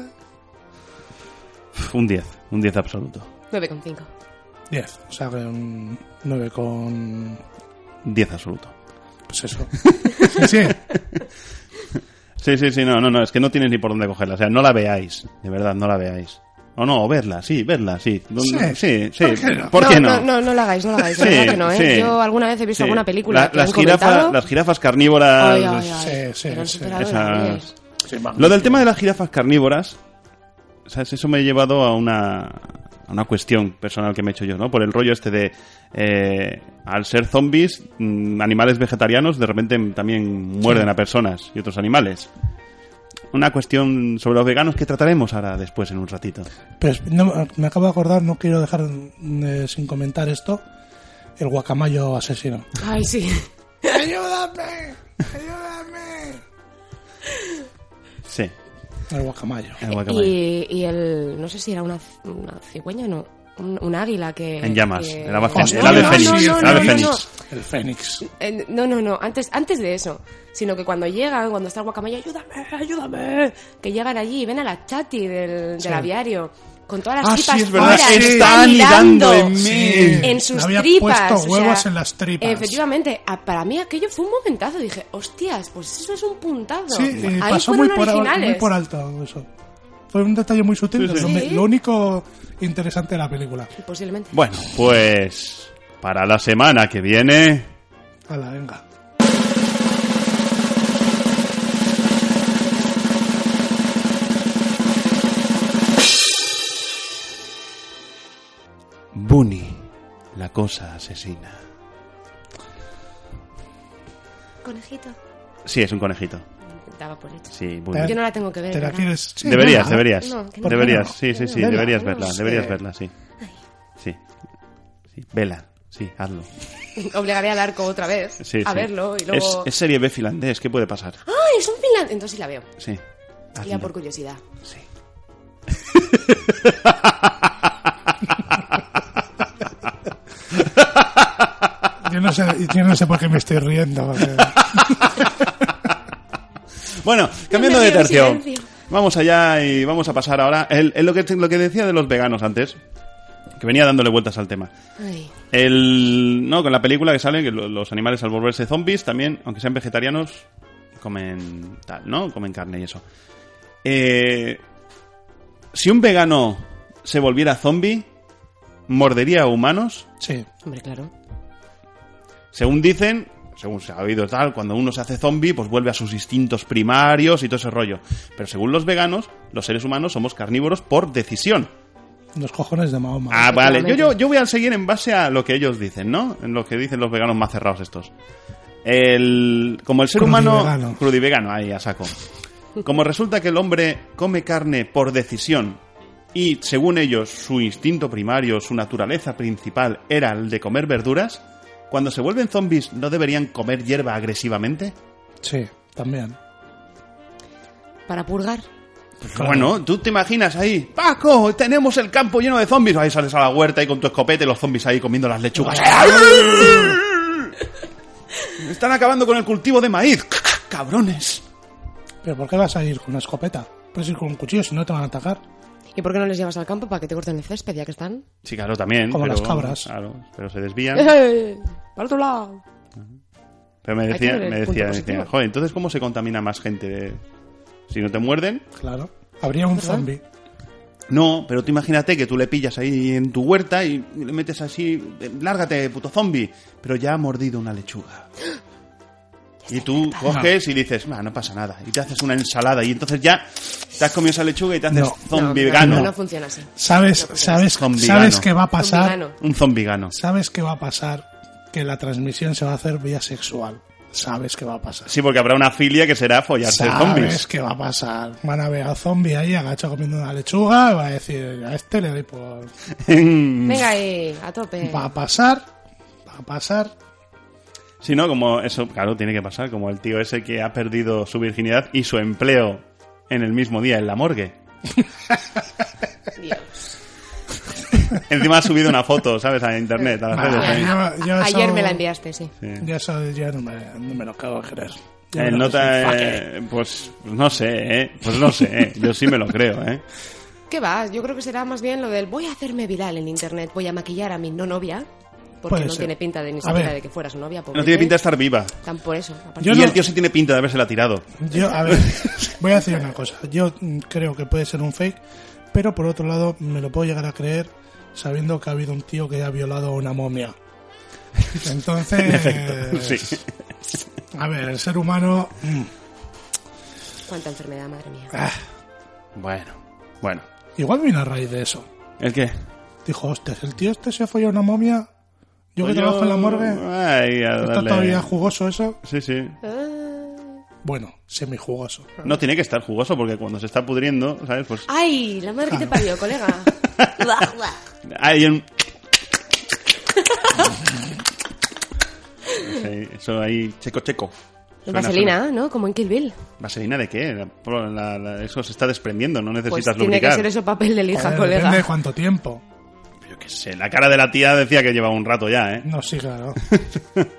Un 10 absoluto. 9,5. 10, o sea que un 9 con... 10 absoluto. Pues eso. Sí. Sí, no, es que no tienes ni por dónde cogerla. O sea, no la veáis, de verdad, no la veáis. O verla, sí. Sí. ¿Por qué no? No la hagáis, de verdad que no, ¿eh? Sí. Yo alguna vez he visto alguna película las jirafas carnívoras... Sí. Lo del tema de las jirafas carnívoras, ¿sabes? Eso me ha llevado a una cuestión personal que me he hecho yo, ¿no? Por el rollo este de... al ser zombies, animales vegetarianos de repente también muerden a personas y otros animales. Una cuestión sobre los veganos que trataremos ahora después en un ratito. Pues no, me acabo de acordar, no quiero dejar sin comentar esto, el guacamayo asesino. Ay, sí. ¡Ayúdame! Sí. El guacamayo. Y el... No sé si era una cigüeña, no. Un águila que... En llamas. Que... El ave fénix. El fénix. No. Antes de eso. Sino que cuando llegan, cuando está el guacamayo, ayúdame. Que llegan allí y ven a la chati del aviario. Con todas las tripas es verdad, fuera. está anidando en mí. En sus había tripas. Puesto huevos en las tripas. Efectivamente. Para mí aquello fue un momentazo. Dije, hostias, pues eso es un puntazo. Sí, ahí pasó fueron muy originales. por alto eso. Fue un detalle muy sutil. Sí. Lo único interesante de la película. Posiblemente. Bueno, pues para la semana que viene... Hala, venga. Bunny, la cosa asesina. ¿Conejito? Sí, es un conejito. Daba por hecho. Sí, Bunny. Yo no la tengo que ver. ¿Te la quieres? Sí, Deberías. No, Deberías, sí, Vela. deberías verla, sí. Sí, vela, sí, hazlo. Obligaré al arco otra vez a verlo y luego... Es serie B finlandés, ¿qué puede pasar? ¡Ah! Es un finlandés. Entonces sí la veo. Sí. Ya por curiosidad. Sí. Yo no sé por qué me estoy riendo. Bueno, cambiando de tercio. Vamos allá y vamos a pasar ahora. Lo que decía de los veganos antes, que venía dándole vueltas al tema. Ay. Con la película que sale, que los animales al volverse zombies también, aunque sean vegetarianos, comen tal, ¿no? Comen carne y eso. Si un vegano se volviera zombie, ¿mordería a humanos? Sí. Hombre, claro. Según dicen, según se ha oído tal, cuando uno se hace zombie, pues vuelve a sus instintos primarios y todo ese rollo. Pero según los veganos, los seres humanos somos carnívoros por decisión. Los cojones de Mahoma. Ah, vale. Yo voy a seguir en base a lo que ellos dicen, ¿no? En lo que dicen los veganos más cerrados estos. Como el ser humano... Crudivegano, ahí a saco. Como resulta que el hombre come carne por decisión y, según ellos, su instinto primario, su naturaleza principal era el de comer verduras, cuando se vuelven zombies, ¿no deberían comer hierba agresivamente? Sí, también. Para purgar. Claro. Bueno, tú te imaginas ahí, Paco, tenemos el campo lleno de zombies. Ahí sales a la huerta y con tu escopete, los zombies ahí comiendo las lechugas. Están acabando con el cultivo de maíz. Cabrones. ¿Pero por qué vas a ir con una escopeta? Puedes ir con un cuchillo, si no te van a atacar. ¿Y por qué no les llevas al campo para que te corten el césped ya que están? Sí, claro, también. Como las cabras. Claro, pero se desvían. ¡Para otro lado! Pero me decía, joder, entonces ¿cómo se contamina más gente? Si no te muerden. Claro, habría un zombie. No, pero tú imagínate que tú le pillas ahí en tu huerta y le metes así, lárgate, puto zombie, pero ya ha mordido una lechuga. Y tú coges y dices, no pasa nada, y te haces una ensalada y entonces ya te has comido esa lechuga y te haces zombie vegano. No funciona así. ¿Sabes qué va a pasar? Un zombigano. ¿Sabes qué va a pasar? Que la transmisión se va a hacer vía sexual. ¿Sabes qué va a pasar? Sí, porque habrá una filia que será follarse zombies. ¿Sabes qué va a pasar? Van a ver al zombie ahí agachado comiendo una lechuga y va a decir, a este le doy por... Venga ahí, a tope. Va a pasar. Sí, ¿no? Como eso, claro, tiene que pasar. Como el tío ese que ha perdido su virginidad y su empleo en el mismo día en la morgue. Dios. Encima ha subido una foto, ¿sabes? A internet, a las redes. Ayer me la enviaste, sí. Yo eso ya no me lo acabo de creer. Pues no sé, ¿eh? Pues no sé, ¿eh? Yo sí me lo creo, ¿eh? ¿Qué va? Yo creo que será más bien lo del voy a hacerme viral en internet, voy a maquillar a mi no novia. Porque no tiene pinta de ni siquiera de que fuera su novia. No tiene pinta de estar viva. Tan por eso. Y el tío sí tiene pinta de habérsela tirado. A ver, voy a decir una cosa. Yo creo que puede ser un fake, pero por otro lado me lo puedo llegar a creer sabiendo que ha habido un tío que ha violado a una momia. Entonces... En efecto, sí. A ver, el ser humano... Cuánta enfermedad, madre mía. Bueno. Igual viene a raíz de eso. ¿El qué? Dijo, hostia, el tío este se folló a una momia... Yo que trabajo en la morgue... ¿Está todavía jugoso eso? Sí. Bueno, semijugoso. No tiene que estar jugoso porque cuando se está pudriendo, ¿sabes? Pues... ¡Ay! La madre que te parió, colega. Hay un... Eso ahí, checo. Vaselina, ¿no? Como en Kill Bill. ¿Vaselina de qué? Eso se está desprendiendo, no necesitas pues lubricar. Tiene que ser eso papel de lija, colega. Depende de cuánto tiempo. Yo qué sé, la cara de la tía decía que llevaba un rato ya, ¿eh? No, sí, claro. En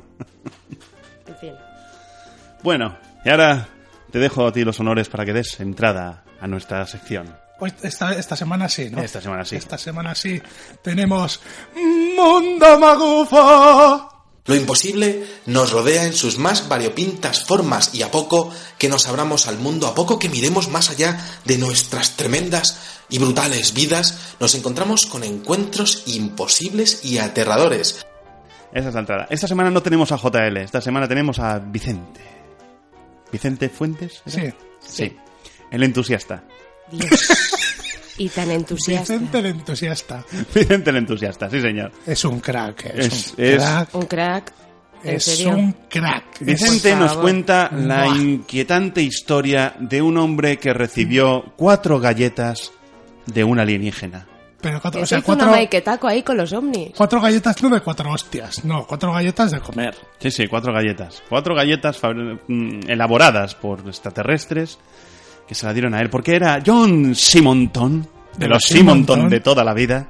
fin. Bueno, y ahora te dejo a ti los honores para que des entrada a nuestra sección. Pues esta semana sí, ¿no? Esta semana sí. Esta semana sí. Tenemos Mundo Magufo. Lo imposible nos rodea en sus más variopintas formas y a poco que nos abramos al mundo, a poco que miremos más allá de nuestras tremendas y brutales vidas, nos encontramos con encuentros imposibles y aterradores. Esa es la entrada. Esta semana no tenemos a JL, esta semana tenemos a Vicente. ¿Vicente Fuentes? Sí. El entusiasta. Dios. Y tan entusiasta. Vicente el entusiasta. Vicente el entusiasta, sí señor. Es un crack. Un crack. ¿En serio? Es un crack. Vicente nos cuenta la inquietante historia de un hombre que recibió 4 galletas de un alienígena. Pero una maiquetaco ahí con los ovnis. 4 galletas no de 4 hostias. No, 4 galletas de comer. Sí, 4 galletas. 4 galletas elaboradas por extraterrestres que se la dieron a él, porque era John Simonton, de los Simonton de toda la vida.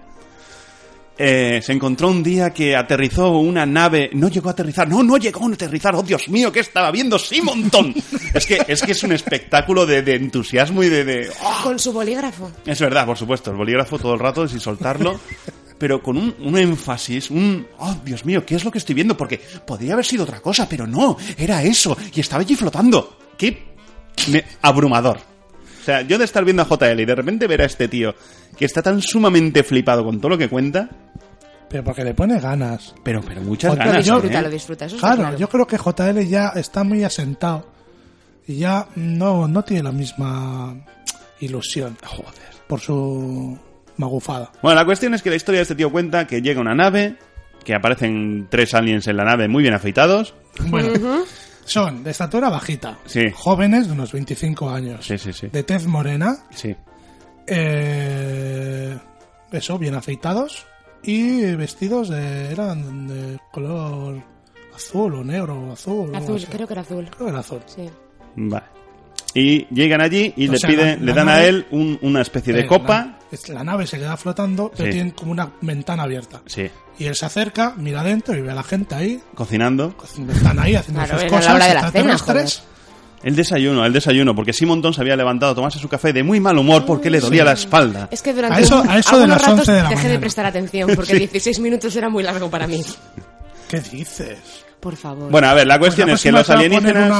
Se encontró un día que aterrizó una nave, no llegó a aterrizar, no llegó a aterrizar, oh Dios mío, ¿qué estaba viendo Simonton? es que es un espectáculo de entusiasmo y de ¡oh! Con su bolígrafo. Es verdad, por supuesto, el bolígrafo todo el rato sin soltarlo, pero con un énfasis, oh Dios mío, ¿qué es lo que estoy viendo? Porque podría haber sido otra cosa, pero no, era eso, y estaba allí flotando. ¡Qué abrumador! O sea, yo de estar viendo a JL y de repente ver a este tío que está tan sumamente flipado con todo lo que cuenta... Pero porque le pone ganas. Pero muchas ganas. Lo disfruta. Eso claro, yo creo que JL ya está muy asentado y ya no tiene la misma ilusión. Joder. Por su magufada. Bueno, la cuestión es que la historia de este tío cuenta que llega una nave, que aparecen 3 aliens en la nave muy bien afeitados. Bueno... Son de estatura bajita, sí. Jóvenes de unos 25 años, sí. De tez morena, sí. Eso, bien afeitados, y vestidos eran de color azul o negro o azul. Azul, creo que era azul. Creo que era azul. Sí. Vale. Y llegan allí y le dan a él una especie de copa. La nave se queda flotando, pero tiene como una ventana abierta. Sí. Y él se acerca, mira adentro y ve a la gente ahí. Cocinando. Están ahí haciendo sus cosas. A la hora de la cena, joder. El desayuno, porque Simonton se había levantado a tomarse su café de muy mal humor porque le dolía la espalda. Es que durante a eso de las 11 de la dejé mañana. de prestar atención porque 16 minutos era muy largo para mí. ¿Qué dices? Por favor. Bueno, a ver, la cuestión es que los alienígenas...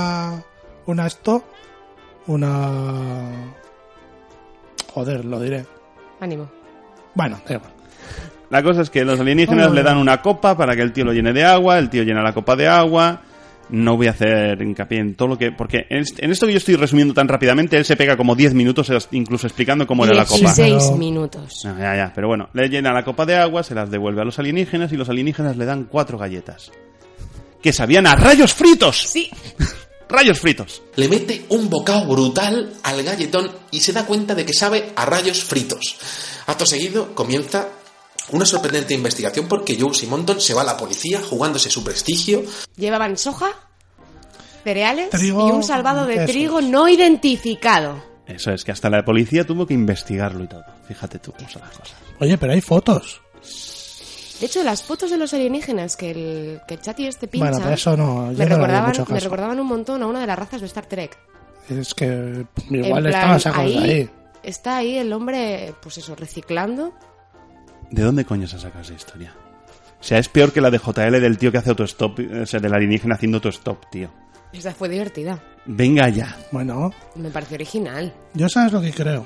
Joder, lo diré. Ánimo. Bueno, da igual. La cosa es que los alienígenas le dan una copa para que el tío lo llene de agua, el tío llena la copa de agua. No voy a hacer hincapié en todo lo que... Porque en esto que yo estoy resumiendo tan rápidamente, él se pega como 10 minutos incluso explicando cómo era la copa. 16 minutos. No, ya, pero bueno, le llena la copa de agua, se las devuelve a los alienígenas y los alienígenas le dan 4 galletas. Que sabían a rayos fritos. Sí. Rayos fritos. Le mete un bocado brutal al galletón y se da cuenta de que sabe a rayos fritos. Acto seguido comienza una sorprendente investigación porque Joe Simonton se va a la policía jugándose su prestigio. Llevaban soja, cereales trigo, y un salvado de trigo no identificado. Eso es, que hasta la policía tuvo que investigarlo y todo. Fíjate tú cómo son las cosas. Oye, pero hay fotos. De hecho, las fotos de los alienígenas que el Chati pincha... Bueno, pero eso no... Me recordaban un montón a una de las razas de Star Trek. Es que igual estaban sacados de ahí. Está ahí el hombre, pues eso, reciclando... ¿De dónde coño se ha sacado esa historia? O sea, es peor que la de JL del tío que hace autostop, o sea, del alienígena haciendo autostop, tío. Esa fue divertida. Venga ya. Bueno. Me pareció original. Yo sabes lo que creo.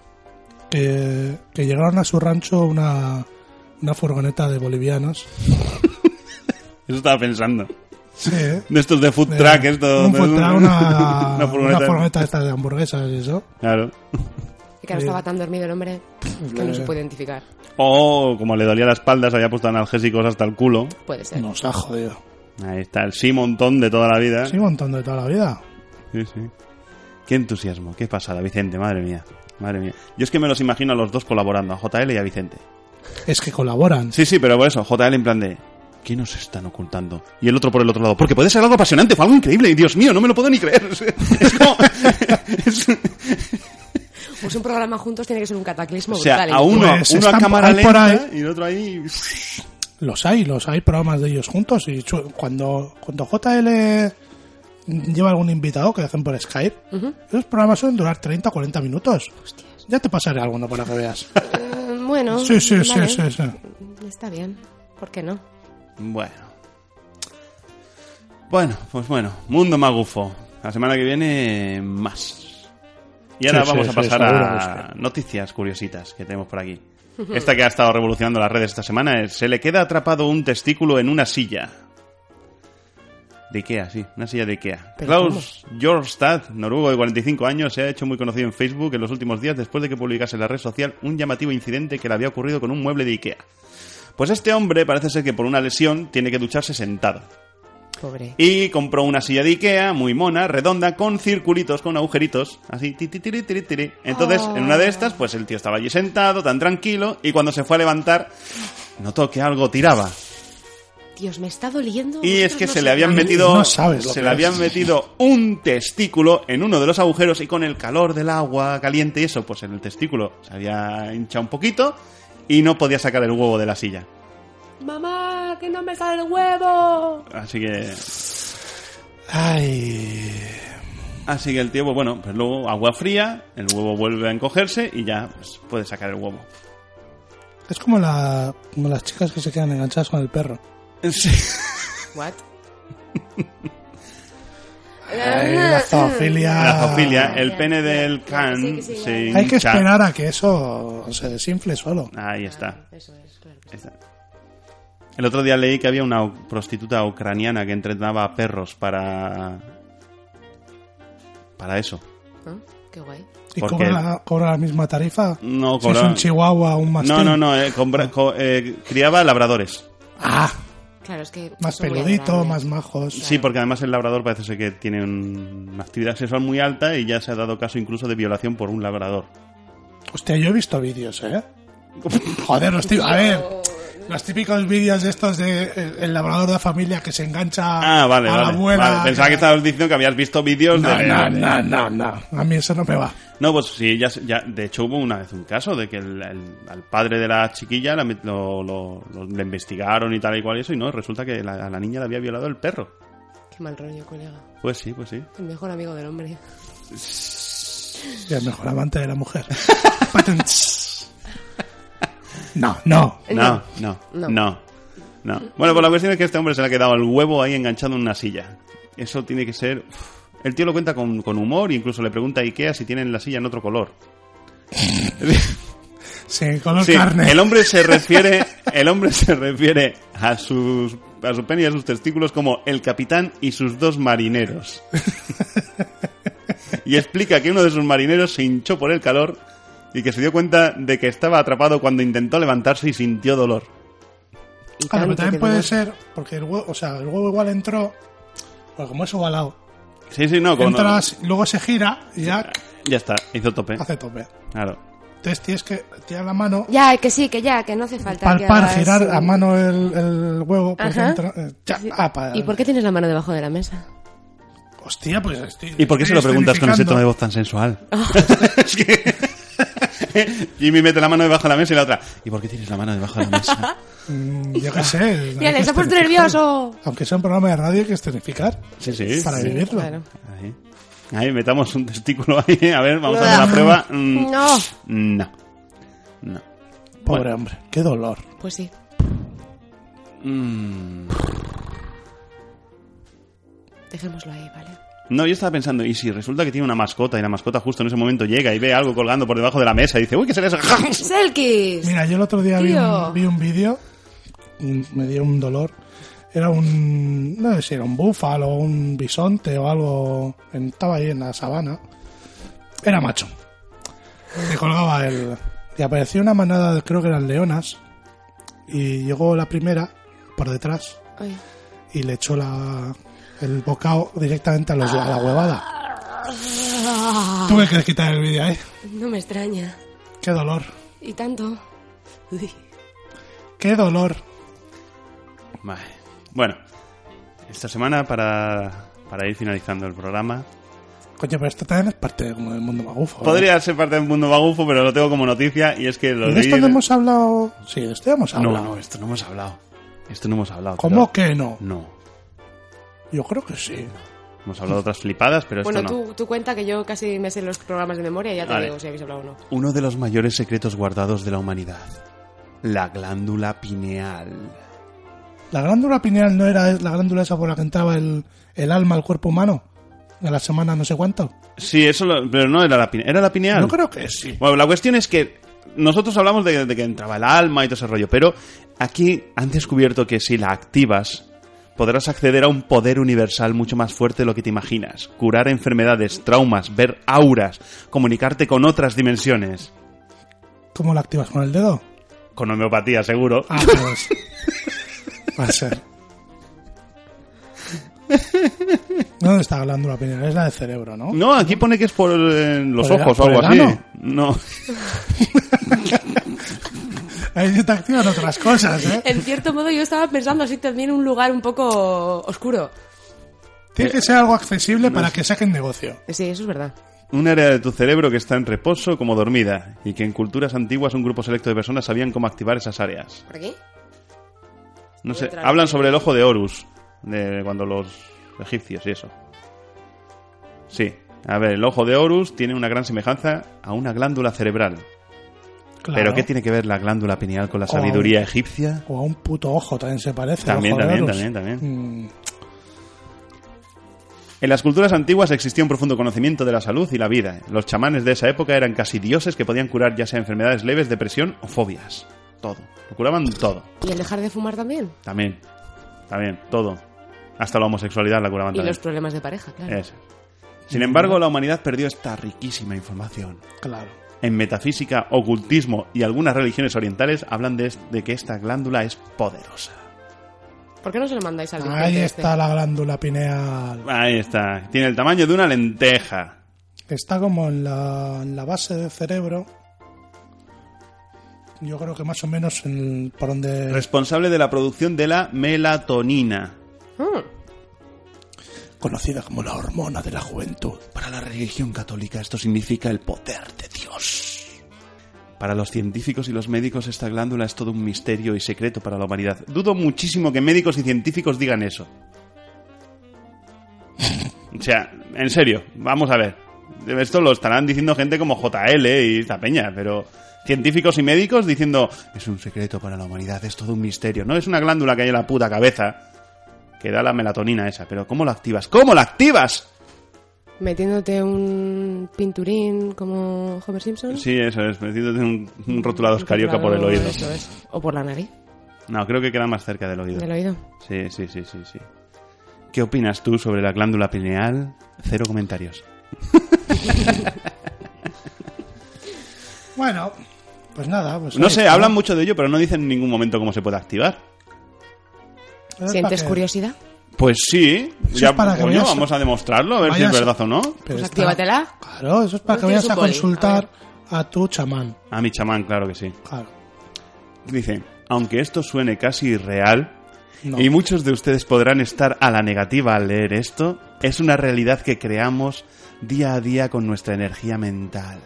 Que llegaron a su rancho una furgoneta de bolivianos. Eso estaba pensando. Sí. De estos de food truck, esto. Un food truck, una furgoneta. Una furgoneta esta de hamburguesas y eso. Claro. Y que ahora estaba tan dormido el hombre que no se puede identificar. O como le dolía la espalda, se había puesto analgésicos hasta el culo. Puede ser. Nos ha jodido. Ahí está, el Simonton de toda la vida. Simonton de toda la vida. Sí, sí. Qué entusiasmo, qué pasada, Vicente, madre mía. Madre mía. Yo es que me los imagino a los dos colaborando, a JL y a Vicente. Es que colaboran. Sí, sí, pero por eso, JL en plan de... ¿Qué nos están ocultando? Y el otro por el otro lado. Porque puede ser algo apasionante, fue algo increíble. Y Dios mío, no me lo puedo ni creer. Es como... Pues un programa juntos tiene que ser un cataclismo brutal. O sea, a uno a cámara lenta y el otro ahí... Los hay programas de ellos juntos. Y cuando JL lleva algún invitado que hacen por Skype, esos programas suelen durar 30 o 40 minutos. Hostias. Ya te pasaré alguno para que veas. Bueno. Sí. Está bien. ¿Por qué no? Bueno, pues bueno. Mundo Magufo. La semana que viene, más. Y ahora vamos a pasar a noticias curiositas que tenemos por aquí. Esta que ha estado revolucionando las redes esta semana es: se le queda atrapado un testículo en una silla. De Ikea, sí, una silla de Ikea. Klaus Jorstad, noruego de 45 años, se ha hecho muy conocido en Facebook en los últimos días después de que publicase en la red social un llamativo incidente que le había ocurrido con un mueble de Ikea. Pues este hombre parece ser que por una lesión tiene que ducharse sentado. Pobre. Y compró una silla de Ikea muy mona, redonda, con circulitos, con agujeritos, así, tiri. Entonces, en una de estas, pues el tío estaba allí sentado, tan tranquilo, y cuando se fue a levantar, notó que algo tiraba. Dios, me está doliendo. Y es que se le habían metido, habían metido un testículo en uno de los agujeros y con el calor del agua caliente y eso, pues en el testículo se había hinchado un poquito y no podía sacar el huevo de la silla. ¡Mamá, que no me sale el huevo! Así que... Ay... Así que el tío, pues bueno, pues luego agua fría, el huevo vuelve a encogerse y ya pues, puede sacar el huevo. Es como las chicas que se quedan enganchadas con el perro. Sí. ¿What? La zoofilia. El pene del can se hincha. Hay que esperar a que eso se desinfle solo. Ahí está. Eso es, claro. Ahí está. El otro día leí que había una prostituta ucraniana que entrenaba a perros para eso. ¿Ah? Qué guay. ¿Y cobra la misma tarifa? No, si es un chihuahua o un mastín. No, criaba labradores. Ah, claro, es que más peludito, más majos. Claro. Sí, porque además el labrador parece ser que tiene una actividad sexual muy alta y ya se ha dado caso incluso de violación por un labrador. Hostia, yo he visto vídeos, Joder, a ver, los típicos vídeos de estos de el labrador de familia que se engancha a la abuela. Vale. Pensaba que estabas diciendo que habías visto vídeos No. A mí eso no me va. No, pues sí, ya de hecho hubo una vez un caso de que al padre de la chiquilla le investigaron y tal y cual y eso, y no, resulta que a la niña le había violado el perro. Qué mal rollo, colega. Pues sí. El mejor amigo del hombre. Y el mejor amante de la mujer. No. Bueno, pues la cuestión es que este hombre se le ha quedado el huevo ahí enganchado en una silla. Eso tiene que ser... El tío lo cuenta con humor e incluso le pregunta a Ikea si tienen la silla en otro color. Sí, color carne. El hombre se refiere a su pene y a sus testículos como el capitán y sus 2 marineros. Y explica que uno de sus marineros se hinchó por el calor y que se dio cuenta de que estaba atrapado cuando intentó levantarse y sintió dolor. Pero también puede ser porque el huevo igual entró, pues como es ovalado. Sí, no, entras, luego se gira y ya está, hizo tope. Hace tope. Claro. Entonces tienes que tirar la mano. Ya, que sí, que no hace falta. Palpar, girar a mano el huevo por dentro. ¿Y por qué tienes la mano debajo de la mesa? Hostia, pues estoy. ¿Y por qué se lo preguntas con ese tono de voz tan sensual? Es que Jimmy mete la mano debajo de la mesa y la otra. ¿Y por qué tienes la mano debajo de la mesa? Yo qué sé. Mira, se ha puesto nervioso. Aunque sea un programa de radio, hay que escenificar. Sí. Para vivirlo. Claro. Ahí metamos un testículo ahí. A ver, vamos a hacer la prueba. No. Pobre hombre, qué dolor. Pues sí. Dejémoslo ahí, ¿vale? No, yo estaba pensando, ¿y si resulta que tiene una mascota y la mascota justo en ese momento llega y ve algo colgando por debajo de la mesa y dice, uy, ¿qué será eso? ¡Selkis! Mira, yo el otro día vi un vídeo, me dio un dolor. Era no sé si era un búfalo o un bisonte o algo, estaba ahí en la sabana. Era macho. Y colgaba y apareció una manada, creo que eran leonas, y llegó la primera por detrás. Ay. Y le echó el bocado directamente a la huevada. Tuve que quitar el vídeo ahí. No me extraña. Qué dolor. Y tanto. Uy. Qué dolor. Vale. Bueno, esta semana para ir finalizando el programa. Coño, pero esto también es parte como del mundo magufo. Podría ser parte del mundo magufo, pero lo tengo como noticia y es que los ¿de esto no hemos hablado? Sí, de esto hemos hablado. No, esto no hemos hablado. ¿Cómo que no? No. Yo creo que sí. Hemos hablado de otras flipadas, pero bueno, esto no. tú cuenta que yo casi me sé los programas de memoria y ya te digo si habéis hablado o no. Uno de los mayores secretos guardados de la humanidad. La glándula pineal. ¿La glándula pineal no era la glándula esa por la que entraba el alma al cuerpo humano? ¿De la semana no sé cuánto? Sí, pero no era la pineal. ¿Era la pineal? Yo creo que sí. Bueno, la cuestión es que nosotros hablamos de que entraba el alma y todo ese rollo, pero aquí han descubierto que si la activas podrás acceder a un poder universal mucho más fuerte de lo que te imaginas. Curar enfermedades, traumas, ver auras, comunicarte con otras dimensiones. ¿Cómo la activas? ¿Con el dedo? Con homeopatía, seguro. Ah, pues... va a ser. ¿Dónde está la glándula pineal? Es la del cerebro, ¿no? No, aquí pone que es por los ¿Por ojos o algo así. No. Ahí se te activan otras cosas, ¿eh? En cierto modo yo estaba pensando así también un lugar un poco oscuro. Tiene que ser algo accesible para que saquen negocio. Sí, eso es verdad. Un área de tu cerebro que está en reposo como dormida y que en culturas antiguas un grupo selecto de personas sabían cómo activar esas áreas. ¿Por aquí? No sé, hablan sobre el ojo de Horus, de cuando los egipcios y eso. Sí, a ver, el ojo de Horus tiene una gran semejanza a una glándula cerebral. Claro. ¿Pero qué tiene que ver la glándula pineal con la sabiduría egipcia? O a un puto ojo también se parece. También. En las culturas antiguas existía un profundo conocimiento de la salud y la vida. Los chamanes de esa época eran casi dioses que podían curar ya sea enfermedades leves, depresión o fobias. Todo. Lo curaban todo. ¿Y el dejar de fumar también? También, todo. Hasta la homosexualidad la curaban y también. Y los problemas de pareja, claro. Eso. Sin embargo, la humanidad perdió esta riquísima información. Claro. En metafísica, ocultismo y algunas religiones orientales hablan de que esta glándula es poderosa. ¿Por qué no se lo mandáis al Vicente? Ahí está la glándula pineal. Ahí está. Tiene el tamaño de una lenteja. Está como en la base del cerebro. yo creo que más o menos por donde... Responsable de la producción de la melatonina. Conocida como la hormona de la juventud. Para la religión católica esto significa el poder de Dios. Para los científicos y los médicos esta glándula es todo un misterio y secreto para la humanidad. Dudo muchísimo que médicos y científicos digan eso. O sea, en serio, vamos a ver. Esto lo estarán diciendo gente como JL y esta peña, pero científicos y médicos diciendo es un secreto para la humanidad, es todo un misterio. No es una glándula que hay en la puta cabeza que da la melatonina esa, pero ¿cómo la activas? ¿Cómo la activas? ¿Metiéndote un pinturín como Homer Simpson? Sí, eso es, metiéndote un rotulador carioca por el oído. Eso es. O por la nariz. No, creo que queda más cerca del oído. ¿Del oído? Sí. ¿Qué opinas tú sobre la glándula pineal? 0 comentarios. Bueno, pues nada. Pues no sé, hablan mucho de ello, pero no dicen en ningún momento cómo se puede activar. ¿Sientes curiosidad? Pues sí, eso ya es para que vamos a demostrarlo, a ver si es verdad o no. Pues actívatela. Claro, eso es para que vayas a consultar a tu chamán. A mi chamán, claro que sí. Claro. Dice, aunque esto suene casi irreal, No. y muchos de ustedes podrán estar a la negativa al leer esto, es una realidad que creamos día a día con nuestra energía mental.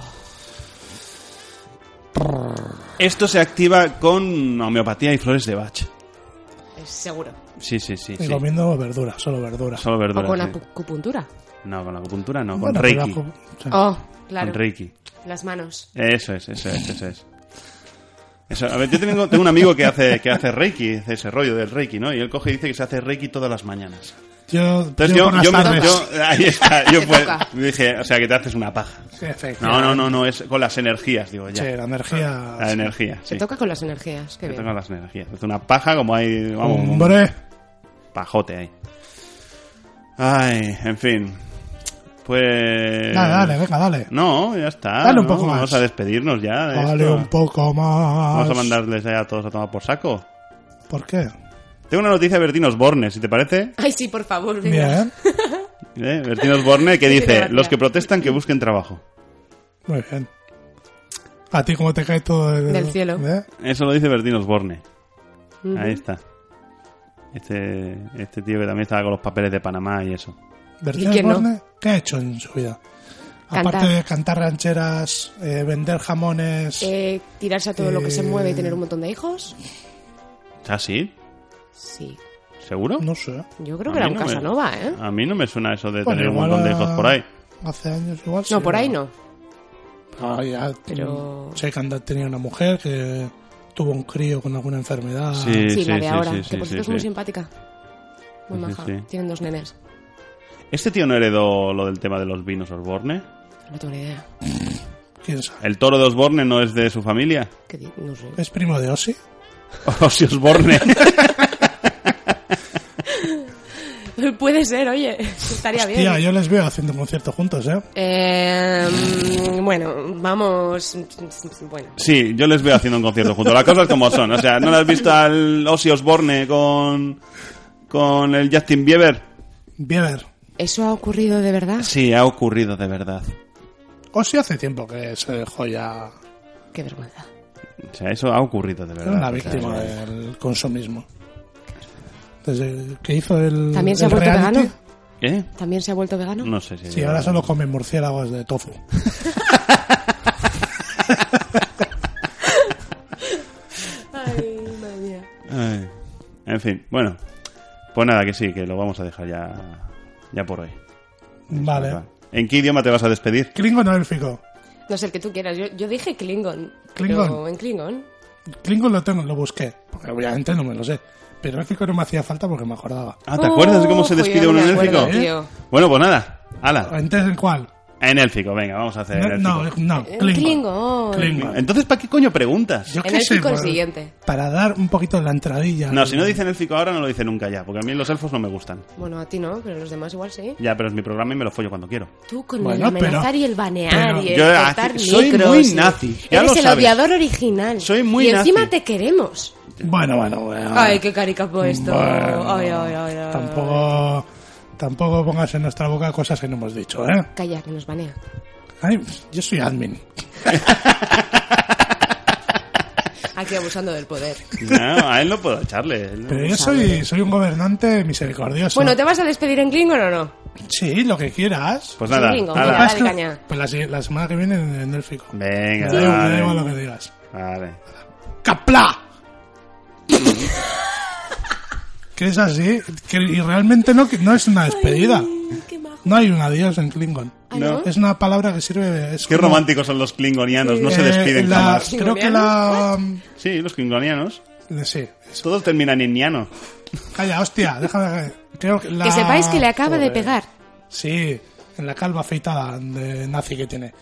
Esto se activa con homeopatía y flores de Bach. Seguro. Sí. Y comiendo verdura, solo verdura. Solo verdura. ¿O con sí. acupuntura? No, con la acupuntura no, Bueno, con Reiki. Oh, claro. Con Reiki. Las manos. Eso es. Eso, a ver, yo tengo un amigo que hace Reiki, hace ese rollo del Reiki, ¿no? Y él coge y dice que se hace Reiki todas las mañanas. Entonces yo ahí está, yo pues dije, o sea, que te haces una paja. Sí, No, es con las energías, digo, ya. Sí, la energía. La energía, sí. Se toca con las energías, qué Se bien. toca con las energías. Es una paja como hay, vamos, ¡Hombre! un pajote ahí. Ay, en fin. Pues... Dale. No, ya está. Dale un poco más. Vamos a despedirnos ya de Dale esto. un poco más. Vamos a mandarles ya a todos a tomar por saco. ¿Por qué? Tengo una noticia de Bertín Osborne, si te parece. Ay, sí, por favor, venga. Bien. Bertín Osborne que dice, Gracias. los que protestan que busquen trabajo. Muy bien. ¿A ti cómo te cae todo Del cielo. Eso lo dice Bertín Osborne. Ahí está. Este tío que también estaba con los papeles de Panamá y eso. ¿Bertín ¿Y quién no? Osborne? ¿Qué ha hecho en su vida? Cantar. Aparte de cantar rancheras, vender jamones... Tirarse a todo lo que se mueve y tener un montón de hijos. ¿Ah, sí? Sí. ¿Seguro? No sé. Yo creo que era un Casanova, ¿eh? A mí no me suena eso de Bueno, tener un igual montón de hijos por ahí. Hace años igual sí. No, por ahí no. Ya, Pero... sé que tenía una mujer que tuvo un crío con alguna enfermedad. Sí, la de ahora. sí, que por cierto es muy sí. simpática. Muy Sí, maja. sí. Tienen 2 nenes. ¿Este tío no heredó lo del tema de los vinos Osborne? No tengo ni idea. ¿Quién sabe? ¿El toro de Osborne no es de su familia? No sé. ¿Es primo de Ozzy? Ozzy Osborne. Puede ser, oye. Estaría bien. Tía, yo les veo haciendo un concierto juntos, ¿eh? Bueno, vamos. Bueno. Sí, yo les veo haciendo un concierto juntos. Las cosas como son. O sea, ¿no le has visto al Ozzy Osborne con el Justin Bieber? Bieber. ¿Eso ha ocurrido de verdad? Sí, ha ocurrido de verdad. Ozzy hace tiempo que se dejó ya... Qué vergüenza. O sea, eso ha ocurrido de verdad. Era una O sea, víctima del consumismo. Desde que hizo el ¿También se ha el vuelto reality, vegano? ¿Qué? ¿También se ha vuelto vegano? No sé si... Sí, ahora solo come murciélagos de tofu. Ay, madre mía. Ay. En fin, bueno. Pues nada, que sí, que lo vamos a dejar ya por hoy. Vale. ¿En qué idioma te vas a despedir? ¿Klingon o élfico? No sé el que tú quieras. Yo dije Klingon. ¿Klingon? Pero en Klingon. Klingon lo busqué, porque obviamente no me lo sé. Pero élfico no me hacía falta porque me acordaba. Ah, ¿te acuerdas de cómo se despide yo uno no en me acuerdo, élfico? tío. Bueno, pues nada. ¡Hala! ¿Entonces en cuál? En élfico, venga, vamos a hacer élfico. No, En Klingon. Klingon. Klingon. Entonces, ¿para qué coño preguntas? Yo En qué sé, élfico el pues, siguiente. para dar un poquito de la entradilla. No, si no dicen élfico ahora, no lo dicen nunca ya, porque a mí los elfos no me gustan. Bueno, a ti no, pero los demás igual sí. Ya, pero es mi programa y me lo follo cuando quiero. Tú con Bueno, el amenazar pero- y el banear pero- y el Yo cortar aquí soy micros. muy y- nazi, ya Eres lo el sabes. odiador original. Soy muy y encima nazi. te queremos. Bueno. Ay, qué caricapo esto. Bueno, Ay. Tampoco pongas en nuestra boca cosas que no hemos dicho, ¿eh? Calla, que nos banea. Ay, yo soy admin. Aquí abusando del poder. No, a él no puedo echarle. Pero yo soy un gobernante misericordioso. Bueno, ¿te vas a despedir en Klingon o no? Sí, lo que quieras. Pues nada. Klingon, dale caña. Pues la semana que viene en Élfico. Venga, Me da igual lo que digas. Vale. ¡Capla! Que es así. Y realmente no es una despedida. No hay un adiós en Klingon. No. Es una palabra que sirve... Qué románticos son los klingonianos, no se despiden jamás. Creo que la... Sí, los klingonianos. Sí. Todos terminan en ñano. Calla, hostia, déjame... Creo que sepáis que le acaba de pegar. Sí, en la calva afeitada de nazi que tiene.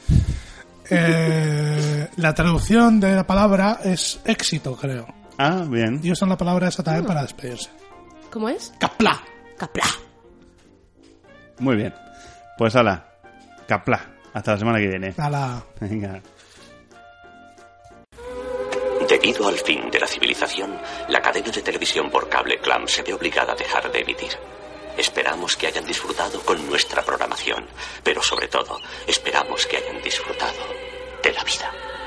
La traducción de la palabra es éxito, creo. Ah, bien. Y usan la palabra esa también para despedirse. ¿Cómo es? ¡Capla! ¡Capla! Muy bien. Pues hala. Capla. Hasta la semana que viene. ¡Hala! Venga. Debido al fin de la civilización, la cadena de televisión por cable Clam se ve obligada a dejar de emitir. Esperamos que hayan disfrutado con nuestra programación, pero sobre todo, esperamos que hayan disfrutado de la vida.